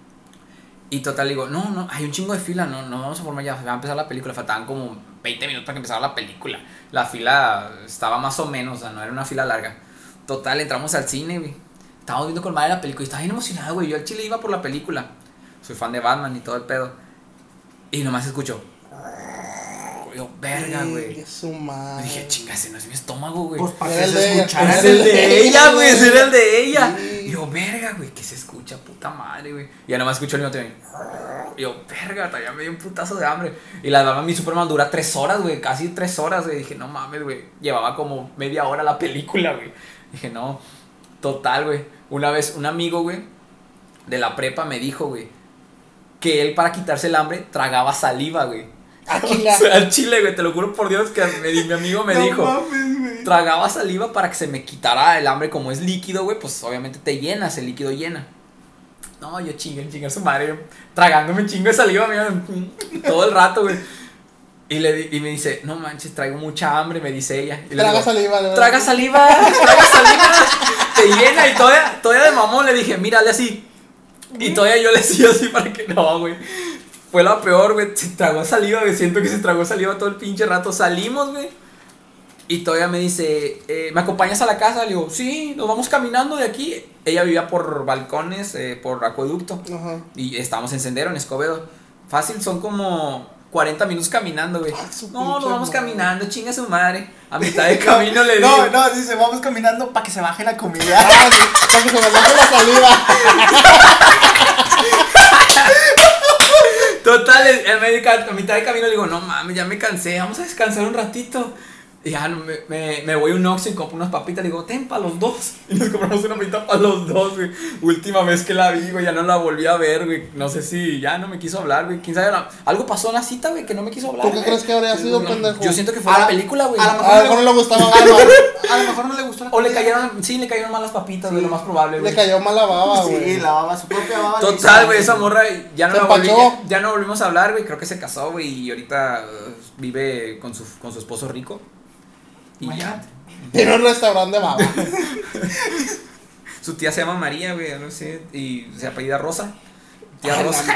Y total, digo, no, hay un chingo de fila, no vamos a formar ya, va a empezar la película. Faltaban como 20 minutos para que empezara la película. La fila estaba más o menos, o sea, no era una fila larga. Total, entramos al cine, güey. Estábamos viendo con madre la película y estaba bien emocionado, güey. Yo al chile iba por la película. Soy fan de Batman y todo el pedo. Y nomás escucho. Yo, verga, güey. Qué su madre. Me dije, chinga, ese no es mi estómago, güey. Pues para Era que el se de ella. escuchara. Es el de ella, güey, ese era el de ella. Sí. Y yo, verga, güey, que se escucha, puta madre, güey. Y ya nomás escucho el mismo tema. Y yo, verga, todavía me dio un putazo de hambre. Y la Batman mi Superman dura 3 horas, güey, casi 3 horas, güey. Dije, no mames, güey. Llevaba como media hora la película, güey. Dije, no, total, güey. Una vez, un amigo, güey, de la prepa me dijo, güey, que él para quitarse el hambre tragaba saliva, güey. Aquí O sea, al chile, güey, te lo juro por Dios que mi amigo me No dijo. mames, güey. Tragaba saliva para que se me quitara el hambre. Como es líquido, güey, pues obviamente te llenas, el líquido llena. No, yo chingue a su madre, yo tragándome un chingo de saliva, mira, todo el rato, güey. Y me dice, no manches, traigo mucha hambre, me dice ella. Y le Traga digo, saliva, ¿verdad? traga saliva, te llena. Y todavía de mamón le dije, mírale así. Y todavía yo le decía así para que no, güey. Fue lo peor, güey. Se tragó saliva, güey. Siento que se tragó saliva todo el pinche rato. Salimos, güey. Y todavía me dice, ¿me acompañas a la casa? Le digo, sí, nos vamos caminando de aquí. Ella vivía por balcones, por acueducto. Ajá. Y estábamos en Sendero, en Escobedo. Fácil, son como 40 minutos caminando, güey. su No, pinche nos vamos madre. caminando, chinga su madre. A mitad de camino le digo. No, dice, vamos caminando para que se baje la comida. Ah, sí, para que se me baje la saliva. Total, a mitad de camino le digo, no mames, ya me cansé, vamos a descansar un ratito. Y ya me voy a un Oxxo y compro unas papitas, le digo, ten para los dos. Y nos compramos una papita para los dos, güey. Última vez que la vi, güey, ya no la volví a ver, güey. No sé si ya no me quiso hablar, güey. Quién sabe, algo pasó en la cita, güey, que no me quiso hablar. ¿Tú qué crees que habría sido, pendejo? Yo siento que fue la película, güey. a lo A lo mejor no le gustaba A lo baba. a lo mejor no le gustó la O le comida. cayeron, le cayeron mal las papitas, güey, lo más probable, güey. Le cayó mal la baba, güey. Sí, la baba, su propia baba. le Total, hizo- güey, esa morra ya no, Se la volví, empachó. ya no volvimos a hablar, güey. Creo que se casó, güey, y ahorita vive con su esposo rico. Y ya. Imagínate. Tiene un restaurante de baba. Su tía se llama María, güey, no sé, y se apellida Rosa. Tía Ay, Rosa.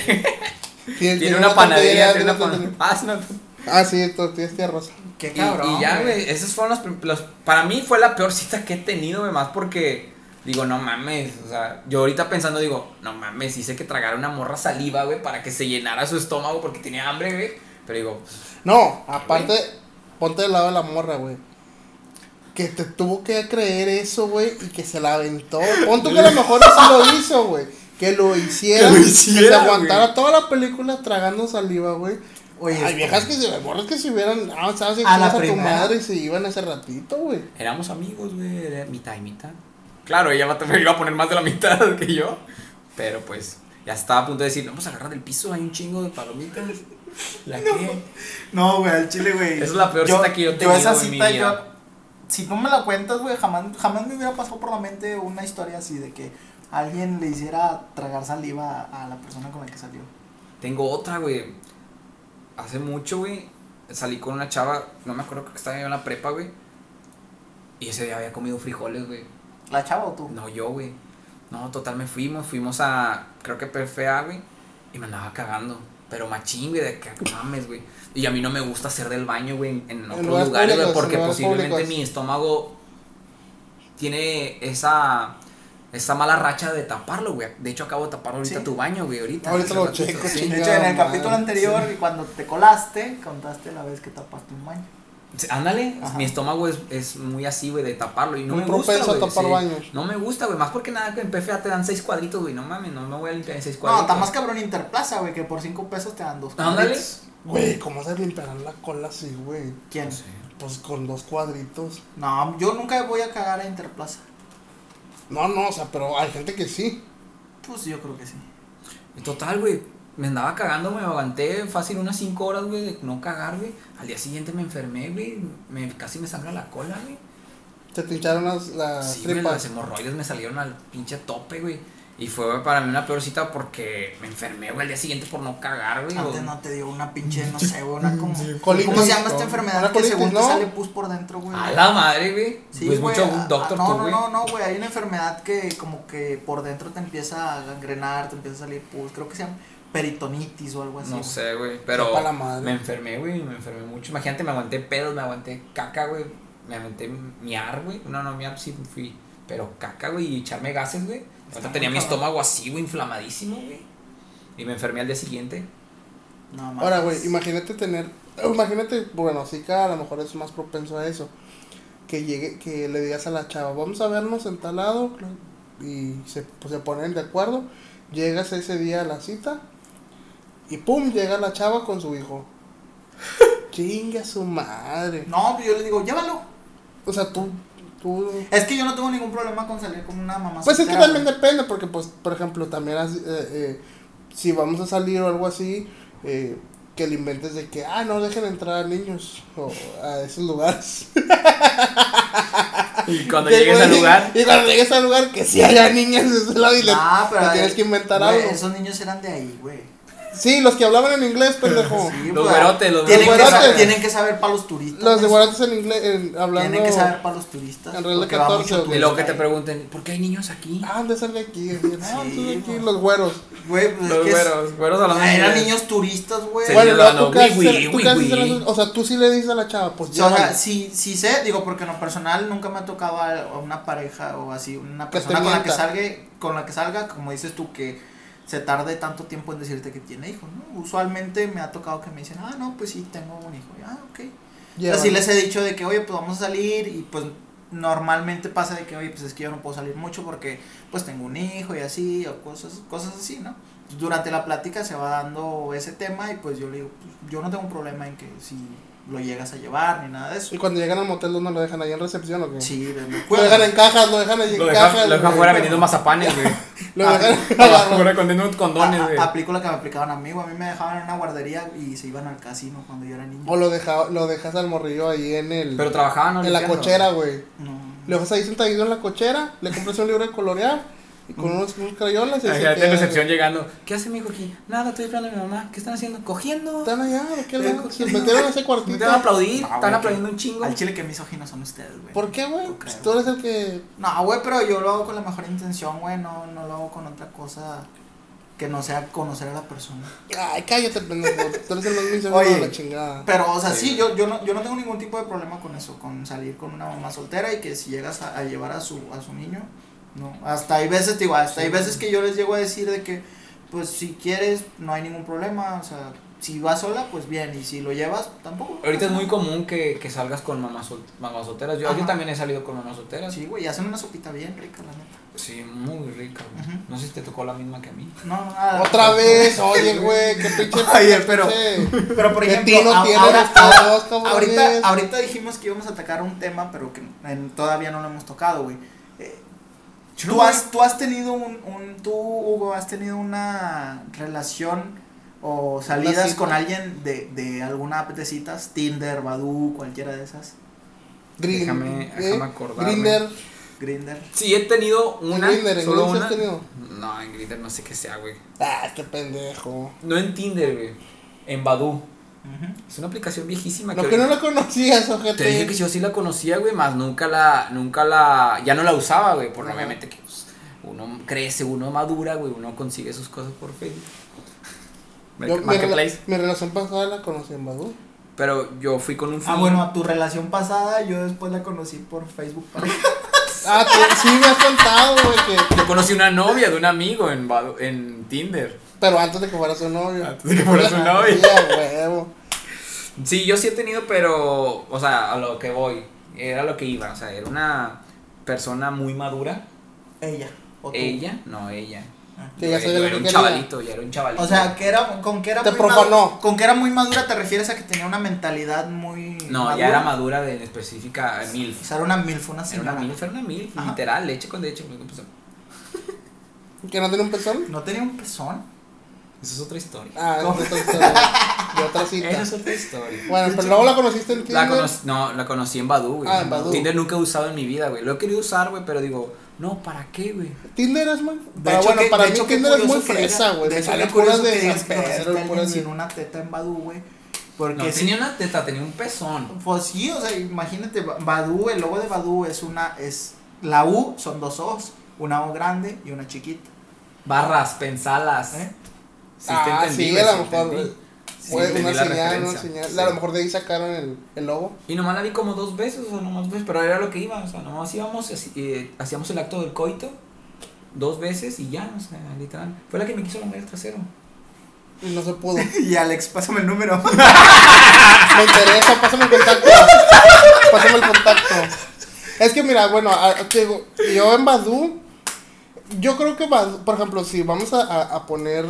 Tiene Tiene una panadería, tiene una tortillería. panadería. Ah, sí, no. Ah, sí, tortillas tía Rosa. Qué cabrón. Y ya, güey, esos fueron para mí fue la peor cita que he tenido, güey, más porque digo, no mames, o sea, yo ahorita pensando digo, no mames, hice que tragara una morra saliva, güey, para que se llenara su estómago porque tenía hambre, güey. Pero digo, No, aparte, ponte del lado de la morra, güey. Que te tuvo que creer eso, güey, y que se la aventó. Pon tú que a lo mejor sí lo hizo, güey. Que lo hiciera. Que lo hiciera, Que se aguantara güey. toda la película tragando saliva, güey. Oye, Hay viejas que se, morras que se hubieran avanzado si A la a tu primera. madre y se iban ese ratito, güey. éramos amigos, güey, era mitad y mitad. Claro, ella me iba a poner más de la mitad que yo, pero pues ya estaba a punto de decir, vamos a agarrar del piso, hay un chingo de palomitas. ¿La qué? No, güey, al chile, güey. Esa es la peor cita que yo he tenido esa en mi cita, vida. si no me la cuentas, güey, jamás me hubiera pasado por la mente una historia así de que alguien le hiciera tragar saliva a la persona con la que salió. Tengo otra, güey. Hace mucho, güey, salí con una chava, no me acuerdo, creo que estaba yo en la prepa, güey. Y ese día había comido frijoles, güey. ¿La chava o tú? No, yo, güey. No, total, fuimos a, creo que PFA, güey. Y me andaba cagando. Pero machín, güey, de que mames, güey. Y a mí no me gusta hacer del baño, güey, en otros lugares lugares, güey, públicos, porque en lugares posiblemente públicos. mi estómago tiene esa mala racha de taparlo, güey. De hecho, acabo de tapar ahorita ¿Sí? tu baño, güey, ahorita. Ahorita hace lo ratito, checo, sí. chinga. De hecho, en el Chingada capítulo madre, anterior, y cuando te colaste, contaste la vez que tapaste un baño. Sí, ándale, Ajá. mi estómago es muy así, güey, de taparlo. Y no Muy me gusta, propenso a güey. tapar Sí. baños. No me gusta, güey. Más porque nada que en PFA te dan 6 cuadritos, güey. No mames, no me voy a limpiar en 6 No, cuadritos. está más cabrón Interplaza, güey, que por 5 pesos te dan 2 Ándale. cuadritos. Güey, ¿cómo se limpiarán la cola así, güey? ¿Quién? No sé. Pues con 2 cuadritos. No, yo nunca voy a cagar a Interplaza. No, o sea, pero hay gente que sí. Pues yo creo que sí. Y total, güey. Me andaba cagando, me aguanté fácil unas 5 horas, güey, de no cagar, güey. Al día siguiente me enfermé, güey. Casi me sangra la cola, güey. Se te hincharon las Sí, güey, tripas. las hemorroides me salieron al pinche tope, güey. Y fue para mí una peor cita porque me enfermé, güey, al día siguiente por no cagar, güey. Antes no te dio una pinche, no sé, güey, una como... Colitis. ¿Cómo se llama No, esta enfermedad una que colitis, según te ¿no? sale pus por dentro, güey? A la madre, güey. Sí, Pues güey, mucho un doctor, tú, güey. No, güey, hay una enfermedad que como que por dentro te empieza a gangrenar, te empieza a salir pus, creo que se llama peritonitis o algo así. No güey. sé, güey, pero Sepa la madre. me enfermé, güey, me enfermé mucho. Imagínate, me aguanté pedos, me aguanté caca, güey. Me aguanté miar, güey. No, miar sí fui. Pero caca, güey, y echarme gases, güey. Ahorita muy tenía mi cabrón. estómago así, güey, inflamadísimo, güey. Y me enfermé al día siguiente. No, mames. Ahora, güey, imagínate, bueno, sí que a lo mejor es más propenso a eso. Que le digas a la chava, vamos a vernos en tal lado, y pues, se ponen de acuerdo. Llegas ese día a la cita, y pum, llega la chava con su hijo. Chinga su madre. No, pues yo le digo, llévalo. O sea, tú. Es que yo no tengo ningún problema con salir con una mamá Pues es que soltera, también güey. depende, porque pues, por ejemplo, también si vamos a salir o algo así, que le inventes de que, no dejen entrar a niños o a esos lugares. Y cuando Que, llegues al güey, lugar, Y cuando llegues al lugar, que sí haya niñas de ese lado y le pero tienes que inventar güey, algo. esos niños eran de ahí, güey. Sí, los que hablaban en inglés, pendejo. Sí, Los pues, güerotes, los tienen que, güerotes. tienen que saber para los turistas. Los de güey. guarates en inglés, hablando. Tienen que saber para los turistas. En Real de porque va 14, mucho güey. y turista luego que te ahí. pregunten, ¿por qué hay niños aquí? Han de ser de aquí. No, Sí, tú de aquí, pues. los güeros. Güey, pues Los es que güeros hablando en eran inglés. niños turistas, güey. Sí. Bueno, yo luego no, tú qué haces, güey, tú qué haces güey. en esos- o sea, tú sí le dices a la chava, pues O ya. sea, sí sé, digo, porque en lo personal nunca me ha tocado a una pareja o así, una Que te persona con la que mienta. salga, como dices tú, que se tarde tanto tiempo en decirte que tiene hijos, ¿no? Usualmente me ha tocado que me dicen, no, pues sí, tengo un hijo. Ok. O sea, sí les he dicho de que, oye, pues vamos a salir y pues normalmente pasa de que, oye, pues es que yo no puedo salir mucho porque pues tengo un hijo y así, o cosas así, ¿no? Durante la plática se va dando ese tema y pues yo le digo, pues yo no tengo un problema en que si lo llegas a llevar ni nada de eso. ¿Y cuando llegan al motel dónde lo dejan? ¿Ahí en recepción o qué? Sí, lo dejan en cajas, lo dejan ahí en cajas. Lo dejan fuera vendiendo mazapanes, güey. Lo dejan fuera vendiendo condones, güey. Aplico lo que me aplicaban a mí, güey. A mí me dejaban en una guardería y se iban al casino cuando yo era niño. O lo dejas al morrillo ahí en el... Pero trabajaban, ¿no? En la cochera, güey. No. Lo dejas ahí sentadito en la cochera, le compras un libro de colorear y con unos crayolas y ya en recepción llegando. ¿Qué hace mi hijo aquí? Nada, estoy esperando a mi mamá. ¿Qué están haciendo? ¿Cogiendo? Están allá, ¿de qué lado? Se metieron a ese cuartito. Te van a aplaudir, No, están güey, aplaudiendo un chingo. Al chile que misóginos son ustedes, güey. ¿Por qué, güey? No creo. Tú eres el que... No, güey, pero yo lo hago con la mejor intención, güey. No lo hago con otra cosa que no sea conocer a la persona. Ay, cállate, pendejo. Tú eres el más misógino Oye, de la chingada. Pero, o sea, sí, yo no tengo ningún tipo de problema con eso, con salir con una mamá soltera y que si llegas a llevar a su niño, no. Hasta hay veces, digo, hay veces que yo les llego a decir de que, pues si quieres, no hay ningún problema, o sea, si vas sola, pues bien, y si lo llevas, tampoco. Ahorita es muy común que salgas con mamás solteras. Yo también he salido con mamás solteras. Sí, güey, hacen una sopita bien rica, la neta. Sí, muy rica, güey. Ujú. No sé si te tocó la misma que a mí. No, nada. Otra vez, oye, güey, qué pinche... Oye, pero por ¿qué ejemplo, tino tienen ahora, ustedes, cabrones? ahorita dijimos que íbamos a atacar un tema, pero que todavía no lo hemos tocado, güey. Tú has tenido tú, Hugo, has tenido una relación o salidas con alguien de alguna app de citas, Tinder, Badoo, cualquiera de esas. Déjame acordarme. Grindr. Sí, he tenido una. ¿En solo Grindr una. has tenido? No, en Grindr no sé qué sea, güey. Ah, qué pendejo. No en Tinder, güey. En Badoo. Uh-huh. Es una aplicación viejísima. Lo que no la conocías, ojete. Te dije que yo sí la conocía, güey, más nunca la, ya no la usaba, güey, porque obviamente que pues, uno crece, uno madura, güey, uno consigue sus cosas por Facebook. Marketplace. Mi relación pasada la conocí en Badoo. Pero yo fui con un Bueno, a tu relación pasada, yo después la conocí por Facebook. Sí me has contado, güey, que... Yo conocí una novia de un amigo en Tinder. Pero antes de que fuera su novio. Antes de que fuera su novio. Huevo. Sí, yo sí he tenido, pero, o sea, a lo que voy, era lo que iba, o sea, era una persona muy madura. Ella. ¿O tú? Ella, no, ella. Que ya Yo sabía lo era que un quería. chavalito, ya era un chavalito. O sea, con que era Te muy profanó. con que era muy madura, ¿te refieres a que tenía una mentalidad muy No, madura? ya era madura de específica MILF. O sea, era una milf, una Era señora. una MILF, Ajá. literal, leche con leche. ¿Que no tiene un pezón? ¿No tenía un pezón? Esa es otra historia. Ah, ¿Cómo? es otra historia. De otra cita. Esa es otra historia. Bueno, pero luego la conociste en Tinder. La conocí en Badoo, güey. Ah, en Badoo. Tinder nunca he usado en mi vida, güey. Lo he querido usar, güey, pero digo, no, ¿para qué, güey? Tinder es muy... De hecho, para de mí hecho, qué Tinder es muy curioso que fresa, diga- güey. De Me hecho, salen qué curioso puras que de digas San que conociste Pedro, a alguien puras de... sin una teta en Badoo, güey. Porque No sí, tenía una teta, tenía un pezón. pues sí, o sea, imagínate, Badoo, el logo de Badoo es la U, son dos O's, una O grande y una chiquita. Barras, pensalas. ¿Eh? Sí, te entendí, sí, güey, a lo sí mejor. entendí. Sí, Fue entendí una la señal, referencia. Sí. A lo mejor de ahí sacaron el logo. Y nomás la vi como 2 veces, o nomás 2 veces, pero era lo que iba, o sea, nomás íbamos, hacíamos el acto del coito 2 veces y ya, o sea, literal. Fue la que me quiso lamber el trasero. Y no se pudo. Y Alex, pásame el número. Me interesa, pásame el contacto. Pásame el contacto. Es que mira, bueno, te digo, yo en Badoo, yo creo que Badoo, por ejemplo, si vamos a poner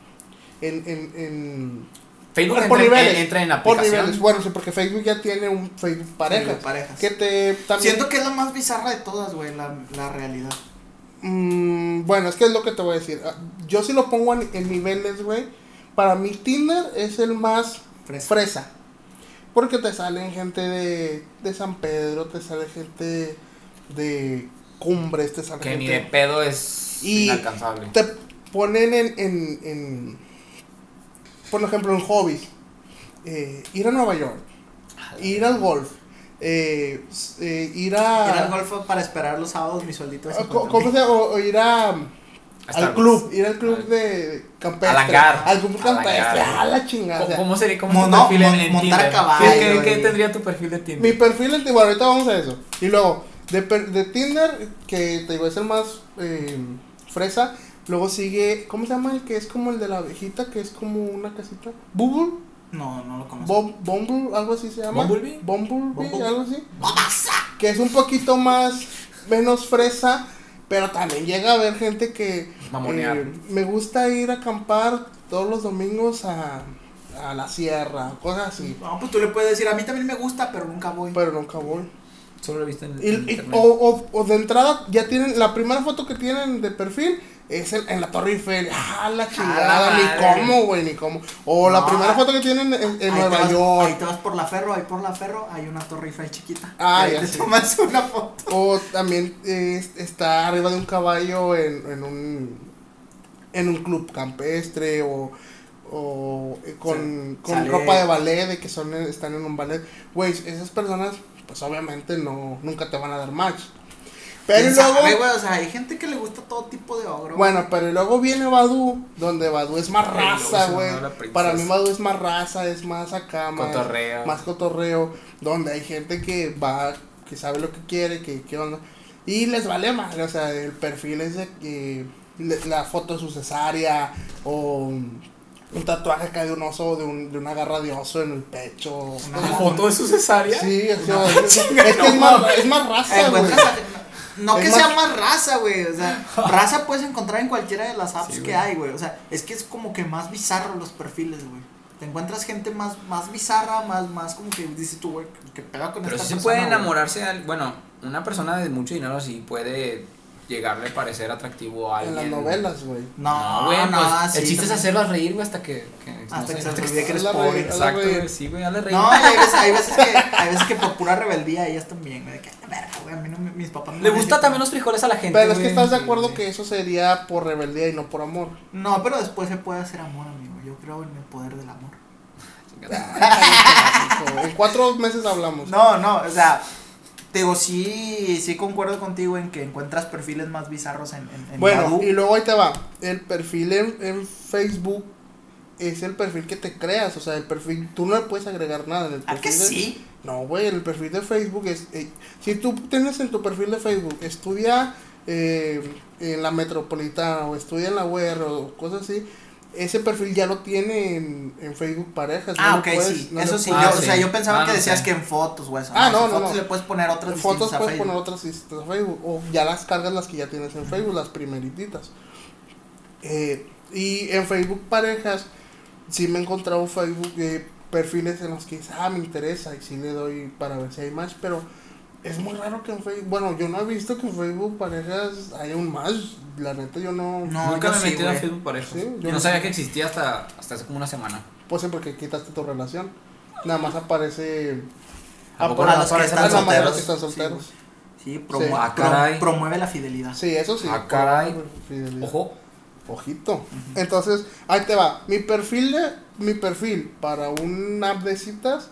en Facebook por niveles, entra en por aplicación. niveles. Bueno, sí, porque Facebook ya tiene un Facebook parejas. Facebook parejas. Que te también. Siento que es la más bizarra de todas, güey, la realidad. Bueno, es que es lo que te voy a decir. Yo sí lo pongo en niveles, güey. Para mí Tinder es el más fresa. Porque te salen gente de San Pedro, te sale gente de Cumbres, te sale Que gente... ni de pedo es Y inalcanzable. te ponen en por ejemplo, en hobbies. Ir a Nueva York. Ir al golf. Ir Ir al golf para esperar los sábados mi sueldito de 50,000. ¿Cómo se llama? O ir al Starbucks. club, ir al club de campestre. Al hangar. Al club Al campestre, hangar. a la chingada. o sea, ¿Cómo sería como Mono- tu perfil en montar Tinder? caballo, ¿Qué y- tendría tu perfil de Tinder? mi perfil en bueno, ahorita vamos a eso. Y luego, de Tinder, que te digo, es el más fresa, Luego sigue, ¿cómo se llama el que es como el de la abejita, que es como una casita? ¿Bubble? No, no lo conozco. Bumble, algo así se llama. ¿Bumblebee? Bumblebee, algo así. Que es un poquito menos fresa, pero también llega a haber gente que Mamonear. me gusta ir a acampar todos los domingos a la sierra, cosas así. No, pues tú le puedes decir, a mí también me gusta, pero nunca voy. Pero nunca voy. Solo lo he visto en Y, o de entrada ya tienen, la primera foto que tienen de perfil es en la Torre Eiffel. La chingada, madre. ni cómo, güey, ni cómo. O la No, primera foto que tienen en Ahí Nueva te vas- York. Ahí te vas por la Ferro, hay una Torre Eiffel chiquita. Ah, Y ahí ya te sé. tomas una foto. O también está arriba de un caballo en un club campestre o con Sale- ropa de ballet, de que están en un ballet. Güey, esas personas, pues obviamente nunca te van a dar match. Pero ¿Quién luego, sabe, güey? O sea, hay gente que le gusta todo tipo de ogro. bueno, pero luego viene Badoo, donde Badoo es más Y luego raza, se güey. llama La Princesa. Para mí Badoo es más raza, es más acá, Cotorreo. más cotorreo, donde hay gente que va, que sabe lo que quiere, que onda. Y les vale madre, o sea, el perfil es de que la foto de su cesárea o un tatuaje acá de un oso, de una garra de oso en el pecho. Una ¿Una foto de su cesárea? Sí, o sea, es que es más raza, güey. Encuentras no Es que más- sea más raza, güey. O sea, raza puedes encontrar en cualquiera de las apps Sí, que güey. hay, güey. O sea, es que es como que más bizarro los perfiles, güey. Te encuentras gente más bizarra, más como que dices tú, güey, que pega con Pero esta sí se persona, puede güey. enamorarse, bueno, una persona de mucho dinero sí puede llegarle a parecer atractivo a En alguien. las novelas, güey. No, güey, no, pues, sí, el chiste es también. hacerlas reír, güey, hasta que Hasta que se hasta les olvide que eres hazla pobre. reír. Exacto, reír. güey, sí, güey, hazle reír. No, y hay veces que por pura rebeldía ellas también, güey, de que, verga, güey, a mí no, mis papás no Le me gusta decían- también los frijoles a la gente, Pero es que güey. estás de Sí, acuerdo sí. que eso sería por rebeldía y no por amor. No, pero después se puede hacer amor, amigo. Yo creo en el poder del amor. En 4 meses hablamos. No, o sea, te digo, sí concuerdo contigo en que encuentras perfiles más bizarros en Bueno, Badoo. y luego ahí te va. El perfil en Facebook es el perfil que te creas. O sea, el perfil, tú no le puedes agregar nada en el ¿A perfil. que sí? No, güey, el perfil de Facebook es. Si tú tienes en tu perfil de Facebook, estudia en la Metropolitana o estudia en la UR o cosas así. Ese perfil ya lo tiene en Facebook Parejas. Ah, no ok, le puedes- sí. no le Eso sí. puedes- O sea, yo pensaba Ah, que no decías sé. que en fotos, güey. Eso, Ah, no, en no, fotos no. le puedes poner otras En fotos distintas a puedes Facebook. poner otras distintas a Facebook o ya las cargas las que ya tienes en Facebook, las primerititas. Y en Facebook Parejas sí me he encontrado Facebook perfiles en los que dices, me interesa y sí le doy para ver si hay más, pero es muy raro que en Facebook, bueno, yo no he visto que en Facebook Parejas haya un más, la neta yo no, No, Nunca yo me he sí, metido en güey. Facebook Parejas. Sí, yo Yo no no sabía sé. que existía hasta hace como una semana. pues sí, porque quitaste tu relación, nada más aparece ¿A poco Para no los que aparece están nada más solteros. los que están Sí, solteros. Sí, Sí. Ah, caray. promueve la fidelidad. Sí, eso sí. Ah, caray. Fidelidad. Ojo. Ojito. Entonces, ahí te va. Mi perfil para una app de citas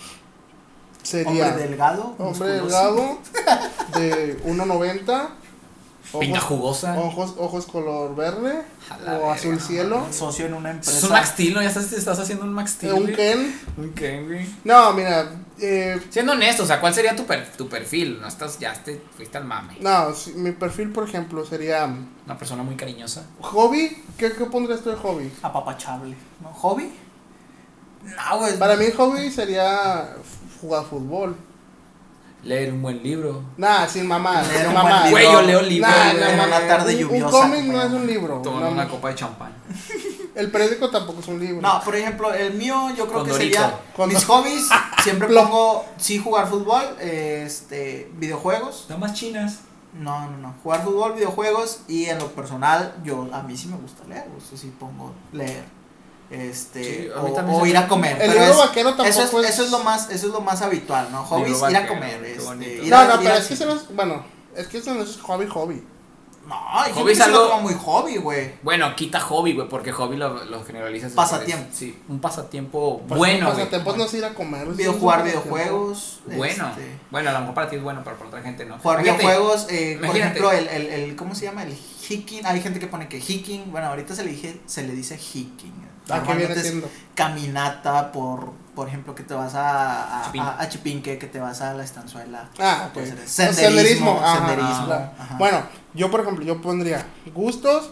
sería Hombre delgado. hombre musculoso. delgado de 1.90, Pinta jugosa. ojos color verde A la o verga, azul no cielo, Socio en una empresa. Es un Max Steel, ¿no? Ya estás haciendo un Max Steel. un güey. Ken. Un Ken, güey. No, mira, Siendo honesto, o sea, ¿cuál sería tu perfil? No estás, fuiste al mame. no, mi perfil, por ejemplo, sería Una persona muy cariñosa. hobby. ¿Qué pondrías tú de hobby? Apapachable. ¿No? ¿Hobby? No, güey. Para mí, hobby sería jugar fútbol. Leer un buen libro. Nah, sin mamá. Leer sin un mamá. buen libro. Güey, yo leo libros, Nah, güey. nah, En nah, una tarde un lluviosa, cómic no güey. es un libro. Tomando no, una copa de champán. El periódico tampoco es un libro. No, por ejemplo, el mío yo creo que Condorito. sería mis hobbies. Siempre pongo, sí, jugar fútbol, videojuegos. Damas chinas. No. Jugar fútbol, videojuegos y en lo personal, a mí sí me gusta leer. O sea, sí pongo leer. Sí, a mí también O se ir me- a comer. El pero libro vaquero tampoco eso es lo más habitual, ¿no? Hobbies, Libro ir a vaquero, comer. qué bonito. Ir No, a- no, ir pero al es que eso cine. no es. Bueno, es que eso no es hobby. No, hay Hobby gente es que se lo algo- toma muy hobby, güey. Bueno, quita hobby, güey, porque hobby lo generalizas. Pasatiempo. Sí, un pasatiempo Pues, bueno, güey. pasatiempos no es ir a comer. es un Jugar pasatiempo. videojuegos. Bueno, bueno, a lo mejor para ti es bueno, pero para otra gente no. Jugar Fíjate, videojuegos, por imagínate. ejemplo, el ¿cómo se llama? El hiking. Hay gente que pone que hiking, bueno, ahorita se le dice hiking. ¿A qué viene Normalmente es siendo? caminata por ejemplo, que te vas Chipinque. a Chipinque, que te vas a la Estanzuela. Ah, ok. Senderismo. Ajá, Senderismo. claro. Ajá. Bueno, yo por ejemplo, yo pondría gustos,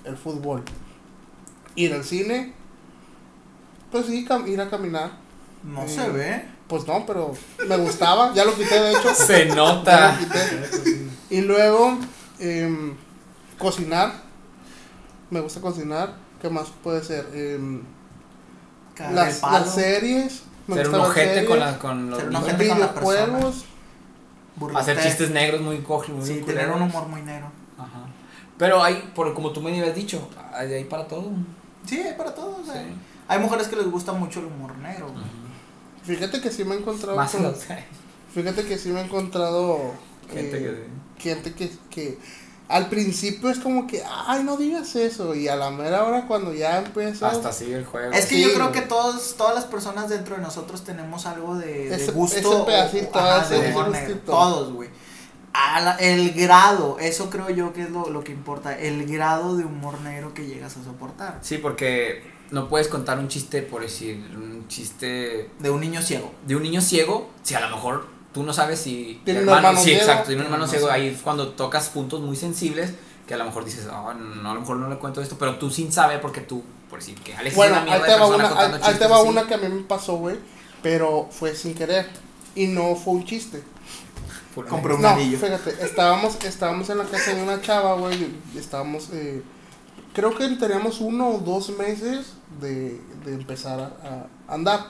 el fútbol. Ir al cine, pues sí, ir a caminar. No se ve. Pues no, pero me gustaba, ya lo quité de hecho. Se Ya nota. lo quité. Y luego, cocinar. Me gusta cocinar. ¿Qué más puede ser? Cagar el palo. Las series. Me Ser un gusta ver ojete series, con los Ser un niños. ojete con la videojuegos. Burlarte. Hacer chistes negros muy cogidos. Sí, tener un humor muy negro. Ajá. Pero hay, como tú me habías dicho, hay para todo. Sí, hay para todos. Sí. Hay mujeres que les gusta mucho el humor negro. güey. Fíjate que sí me he encontrado. Más en con- los Fíjate que sí me he encontrado. gente que que al principio es como que, ay, no digas eso. Y a la mera hora, cuando ya empieza. hasta sigue el juego. Es que Sí, yo creo güey. que todas las personas dentro de nosotros tenemos algo de Ese gusto. pedacito, ajá, de ese humor gustito. negro. Todos, güey. El grado, eso creo yo que es lo que importa. El grado de humor negro que llegas a soportar. Sí, porque no puedes contar un chiste, por decir, un chiste De un niño ciego. de un niño ciego, si a lo mejor tú no sabes si Tiene el un hermano sí, ciego. exacto, tiene un hermano Tiene ciego, un ahí es cuando tocas puntos muy sensibles que a lo mejor dices, no, a lo mejor no le cuento esto, pero tú sin saber porque tú, por decir que Alex Bueno, es una ahí mierda te de va persona una, contando ahí te chistes va así. una que a mí me pasó, güey. Pero fue sin querer. Y no fue un chiste. Compré un No, anillo. fíjate, estábamos en la casa de una chava, güey. Estábamos, creo que teníamos 1 o 2 meses de empezar a andar.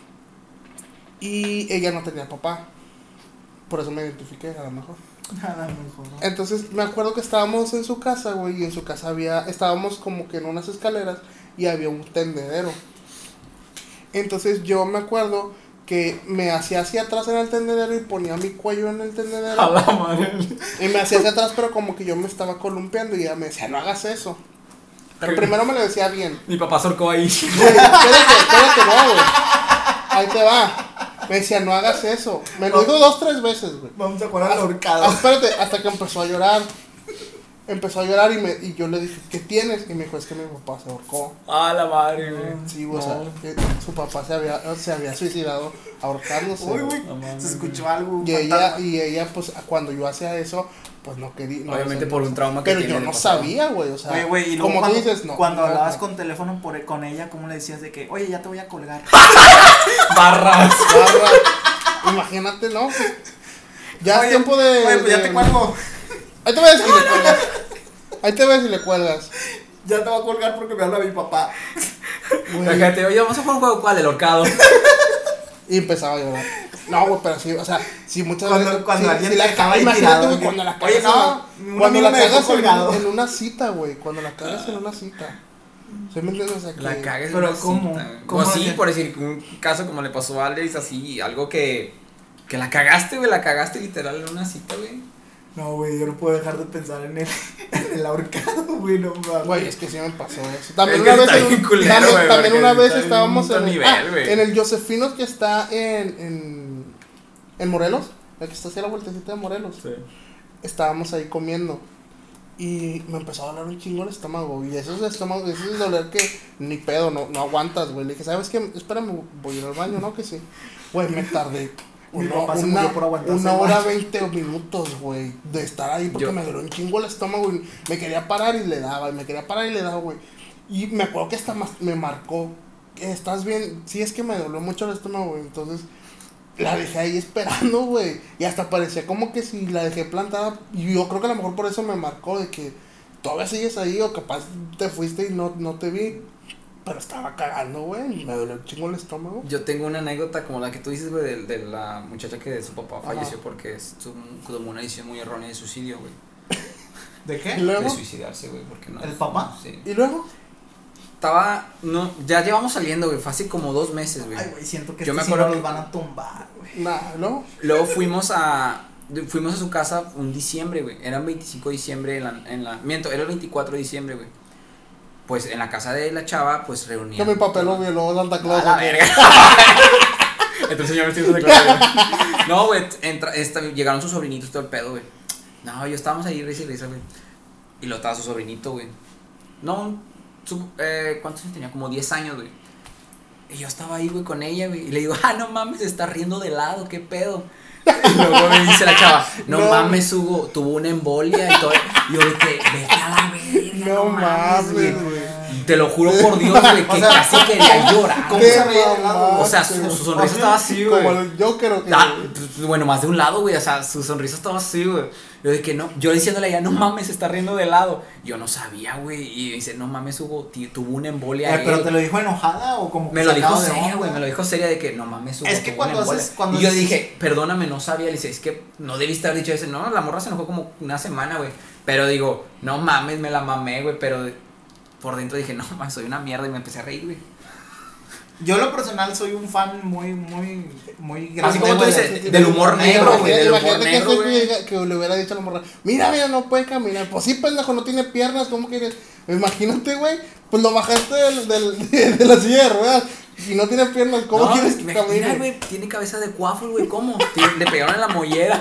Y ella no tenía papá. Por eso me identifiqué, a lo mejor. Nada mejor. ¿no? Entonces me acuerdo que estábamos en su casa, güey. Y en su casa estábamos como que en unas escaleras y había un tendedero. Entonces yo me acuerdo que me hacía hacia atrás en el tendedero y ponía mi cuello en el tendedero. A la madre. Y me hacía hacia atrás, pero como que yo me estaba columpiando y ella me decía, no hagas eso. Pero primero me lo decía bien. Mi papá sorcó ahí. Güey, espérate, no, güey. Ahí te va. Me decía, no hagas eso. Me lo dijo 2, 3 veces, güey. Vamos a jugar al ahorcado. Espérate, hasta que empezó a llorar. Empezó a llorar y yo le dije, ¿qué tienes? Y me dijo, es que mi papá se ahorcó. A la madre, güey. Sí, o sea, que su papá se había suicidado ahorcándose. Uy, güey. No mames. Se escuchó algo. Y ella, pues, cuando yo hacía eso, pues no quería. No, Obviamente o sea, por un trauma que pero tiene yo de no pasado. sabía, güey, o sea, Oye, güey, y luego como cuando, tú dices, no. cuando no, hablabas no. con teléfono con ella, ¿cómo le decías de que, oye, ya te voy a colgar? Barras. Barra. Imagínate, ¿no? Ya Oye, es tiempo de. Oye, pues ya te cuelgo. Ahí te ves si le cuelgas. Ahí te ves si le cuelgas. Ya te voy a colgar porque me habla mi papá. Güey. Fíjate, oye, vamos a jugar un juego, ¿cuál? El horcado. Y empezaba a llorar. No, güey, pero sí, o sea, sí muchas veces. Cuando sí, alguien sí te la dejaba cagas, ahí imagínate, tirado, güey, que, cuando la oye, cagas. no, un Cuando amigo la me dejó cagas colgado. en una cita, güey. Cuando la cagas en una cita. ¿Sí me entiendes? O sea, que. La cagues. Pero en una ¿cómo? cita, güey. ¿Cómo Pues sí, hace? por decir, un caso como le pasó a Alex, así, algo que la cagaste, güey, la cagaste literal en una cita, güey. No, güey, yo no puedo dejar de pensar en el ahorcado, güey, no mames. Güey, es que sí me pasó eso. También Es que una vez, está bien culero, güey, también porque una vez está en estábamos otro en nivel, güey. en el Josefinos que está en Morelos, el que está hacia la vueltecita de Morelos. Sí. Estábamos ahí comiendo y me empezó a doler un chingo el estómago. Y eso es estómago, eso es doler que ni pedo, no aguantas, güey. Le dije, ¿sabes qué? Espérame, voy a ir al baño, ¿no? Que sí. Güey, me tardé. Mi papá se murió por aguantarse Una el hora baño. 20 minutos, güey, de estar ahí porque Yo- me dolió un chingo el estómago y me quería parar y le daba, y me quería parar y le daba, güey. Y me acuerdo que hasta me marcó, ¿estás bien? Sí, es que me dolió mucho el estómago, güey. Entonces la dejé ahí esperando, güey. Y hasta parecía como que si la dejé plantada. Y yo creo que a lo mejor por eso me marcó de que todavía sigues ahí o capaz te fuiste y no te vi. Pero estaba cagando, güey. Me dolió un chingo el estómago. Yo tengo una anécdota como la que tú dices, güey, de la muchacha que su papá Ajá. falleció porque tomó una decisión muy errónea de suicidio, güey. ¿De Y qué? luego, De suicidarse, güey, porque no. ¿El papá? Sí. y luego, Ya llevamos saliendo, güey, fue hace como 2 meses, güey. Ay, güey, siento que Yo me sí acuerdo no que- los van a tumbar, güey. nada, luego. Luego fuimos a su casa un diciembre, güey. Era el 25 de diciembre miento, era el 24 de diciembre, güey. Pues en la casa de la chava, pues reunían. Que mi papel lo violó Santa Claus. A la ¿o qué? verga. Entonces señor vestido de clase, güey. No, güey, llegaron sus sobrinitos todo el pedo, güey. No, yo estábamos ahí risa y risa, güey. Y lo estaba su sobrinito, güey. No, ¿cuántos años tenía? Como 10 años, güey. Y yo estaba ahí, güey, con ella, güey. Y le digo, no mames, se está riendo de lado, qué pedo. Y luego me dice la chava, no, No. mames, Hugo, tuvo una embolia y todo. Y yo dije, vete a la verga, No mames, güey. güey. Te lo juro por Dios, güey, que O sea, casi quería llorar. ¿cómo Qué se veía del lado? mamá, O sea, su sonrisa estaba así, Como güey. el Joker o que. Bueno, más de un lado, güey. O sea, su sonrisa estaba así, güey. Yo dije, no, yo diciéndole a ella, no mames, se está riendo de lado. Yo no sabía, güey. Y dice, no mames, Hugo, tuvo una embolia. ¿Pero él. te lo dijo enojada o como Me lo dijo sacado de seria, onda? güey. Me lo dijo seria de que no mames, Hugo. Es que tuvo una cuando embolia". haces- cuando Y yo haces- dije, perdóname, no sabía. Le dice, es que no debiste haber dicho eso. No, la morra se enojó como una semana, güey. Pero digo, no mames, me la mamé, güey. Pero por dentro dije, no mames, soy una mierda. Y me empecé a reír, güey. Yo, en lo personal, soy un fan muy grande. Así como tú güey, dices, de ese del tipo de humor negro, güey. Del humor Imagínate que, negro, ese güey. que le hubiera dicho a la morra, mira, no puede caminar. Pues sí, pendejo, no tiene piernas, ¿cómo quieres? Imagínate, güey, pues lo bajaste de la silla de ruedas y no tiene piernas, ¿cómo No, quieres que mira, camine? güey, tiene cabeza de Quaffle, güey, ¿cómo? Le pegaron en la mollera.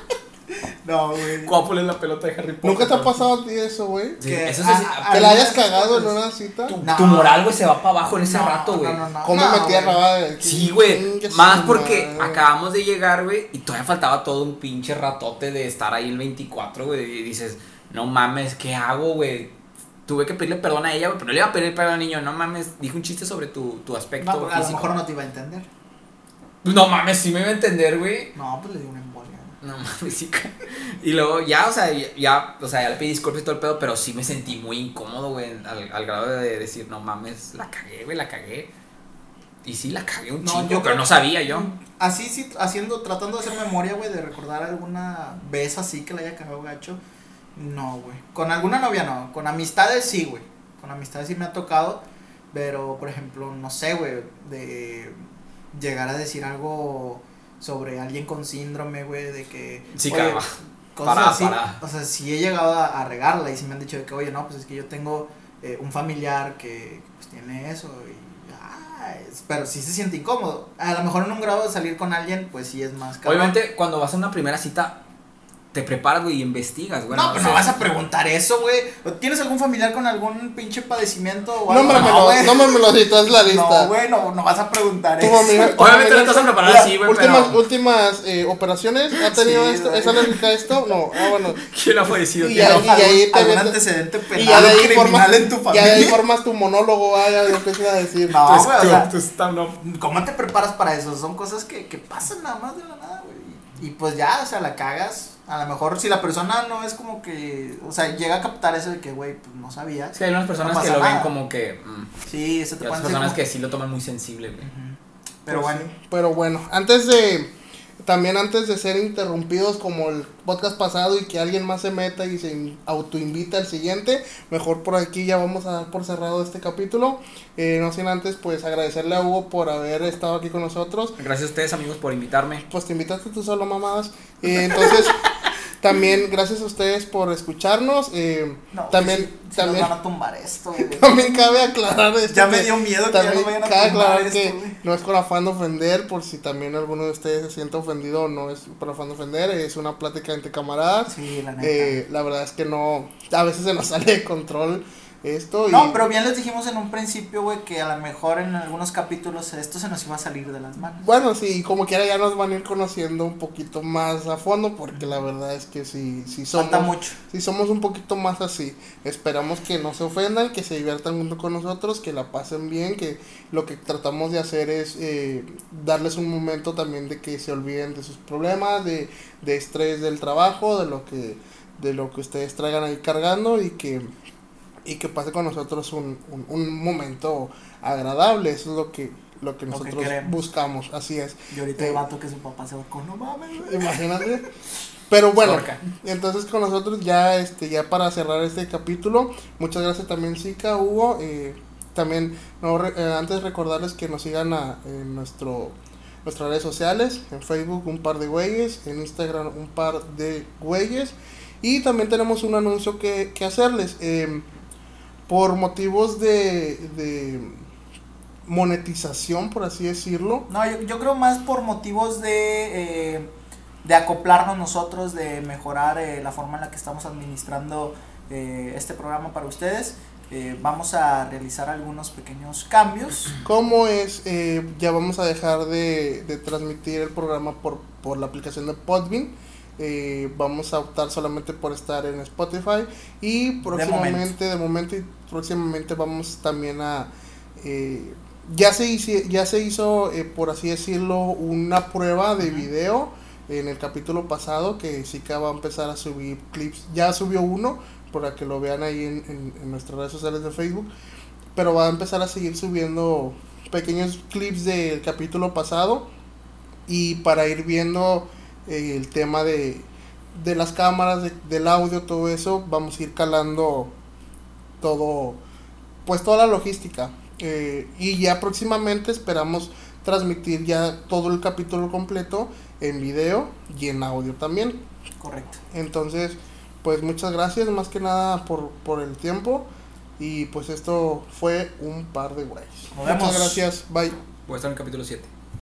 No, güey. Quaffle en la pelota de Harry Potter. ¿Nunca te ha pasado a ti eso, güey? Sí, Que- eso sí, ¿Que la hayas algunas cagado en cosas. una cita? No. tu moral, güey, se va para abajo en ese No, rato, güey. no, ¿Cómo no, me metí a güey. rabar de Sí, güey. Chingue Más su porque madre. acabamos de llegar, güey, y todavía faltaba todo un pinche ratote de estar ahí el 24, güey. Y dices, no mames, ¿qué hago, güey? Tuve que pedirle perdón a ella, güey, pero no le iba a pedir perdón al niño. No mames, dije un chiste sobre tu aspecto No, porque a lo físico. mejor no te iba a entender. No mames, sí me iba a entender, güey. No, pues le dio una embolia. No mames, sí. Y luego ya, o sea, ya le pedí disculpas y todo el pedo, pero sí me sentí muy incómodo, güey, al grado de decir, no mames, la cagué, güey, la cagué. Y sí, la cagué un No, chingo, yo pero creo- no sabía yo. Así sí, tratando de hacer memoria, güey, de recordar alguna vez así que la haya cagado gacho. No, güey. Con alguna novia no. Con amistades sí, güey. Con amistades sí me ha tocado. Pero, por ejemplo, no sé, güey, de llegar a decir algo sobre alguien con síndrome, güey, de que... Sí, oye, cabrón. cosas Para, así. para. O sea, sí he llegado a regarla y sí me han dicho de que, oye, no, pues es que yo tengo un familiar que pues tiene eso pero sí se siente incómodo. A lo mejor en un grado de salir con alguien, pues sí es más cabrón. Obviamente, cuando vas a una primera cita, te preparas, güey, y investigas, güey. No, pero no sé. vas a preguntar eso, güey. ¿Tienes algún familiar con algún pinche padecimiento o algo? Nómbramelo, güey. nómbramelo si estás la lista. No, güey, no vas a preguntar Tu eso. familia- tu Obviamente no familia- te vas a preparar la- así, güey, últimas, pero- últimas operaciones, ¿ha tenido Sí, esto? güey. ¿Es alérgica a esto? No, bueno. ¿Quién ha fallecido? Y ¿Quién ya- no? y ahí te ¿Algún metes- antecedente Y penal ya de o ahí criminal formas, en tu ya de ahí familia? formas tu monólogo, ya empiezas a decir. No, Tu- güey, o tu- sea, tu stand-up. ¿cómo te preparas para eso? Son cosas que pasan nada más de la nada, güey. Y pues ya, o sea, la cagas. A lo mejor si la persona no es como que, o sea, llega a captar eso de que, güey, pues no sabía. Es que hay unas personas No que pasa lo ven nada. como que. Sí, se Y te otras pueden personas decir que sí lo toman muy sensible, güey. como- Pero Pues bueno. sí. Pero bueno, también antes de ser interrumpidos como el podcast pasado y que alguien más se meta y se autoinvita al siguiente, mejor por aquí ya vamos a dar por cerrado este capítulo. No sin antes pues agradecerle a Hugo por haber estado aquí con nosotros. Gracias a ustedes, amigos, por invitarme. Pues te invitaste tú solo, mamadas. Entonces, también gracias a ustedes por escucharnos. No, también, sí, sí también, nos van a tumbar esto, güey. también cabe aclarar esto. Ya me que dio miedo que ya también no vayan a cabe tumbar aclarar esto, que güey. no es con afán de ofender, por si también alguno de ustedes se siente ofendido o no es por afán de ofender, es una plática entre camaradas. Sí, la neta. La verdad es que no, a veces se nos sale de control esto. No, pero bien les dijimos en un principio, güey, que a lo mejor en algunos capítulos esto se nos iba a salir de las manos. Bueno, sí, como quiera ya nos van a ir conociendo un poquito más a fondo, porque la verdad es que sí somos, Falta mucho. sí somos un poquito más así. Esperamos que no se ofendan, que se diviertan junto con nosotros, que la pasen bien, que lo que tratamos de hacer es darles un momento también de que se olviden de sus problemas, de estrés del trabajo, de lo que ustedes traigan ahí cargando y que pase con nosotros un momento agradable. Eso es lo que nosotros queremos. buscamos, así es. Y ahorita el vato que su papá se va con, no mames, güey. Imagínate. Pero bueno, Zorca. entonces con nosotros ya ya para cerrar este capítulo, muchas gracias también Zika, Hugo, también antes recordarles que nos sigan en nuestras redes sociales, en Facebook un par de güeyes, en Instagram un par de güeyes, y también tenemos un anuncio que hacerles. Por motivos de monetización, por así decirlo. No, yo creo más por motivos de acoplarnos nosotros, de mejorar la forma en la que estamos administrando este programa para ustedes. vamos a realizar algunos pequeños cambios. ¿Cómo es? Ya vamos a dejar de transmitir el programa por la aplicación de Podbean. Vamos a optar solamente por estar en Spotify y próximamente, de momento y próximamente vamos también a... ya se hizo por así decirlo, una prueba de video en el capítulo pasado, que Zika va a empezar a subir clips. Ya subió uno, para que lo vean ahí en nuestras redes sociales de Facebook, pero va a empezar a seguir subiendo pequeños clips del capítulo pasado, y para ir viendo el tema de las cámaras, del audio, todo eso, vamos a ir calando todo, pues toda la logística, y ya próximamente esperamos transmitir ya todo el capítulo completo en video y en audio también. Correcto. Entonces, pues muchas gracias más que nada por el tiempo, y pues esto fue un par de güeyes. Nos vemos. Muchas gracias, bye. Voy a estar en el capítulo 7.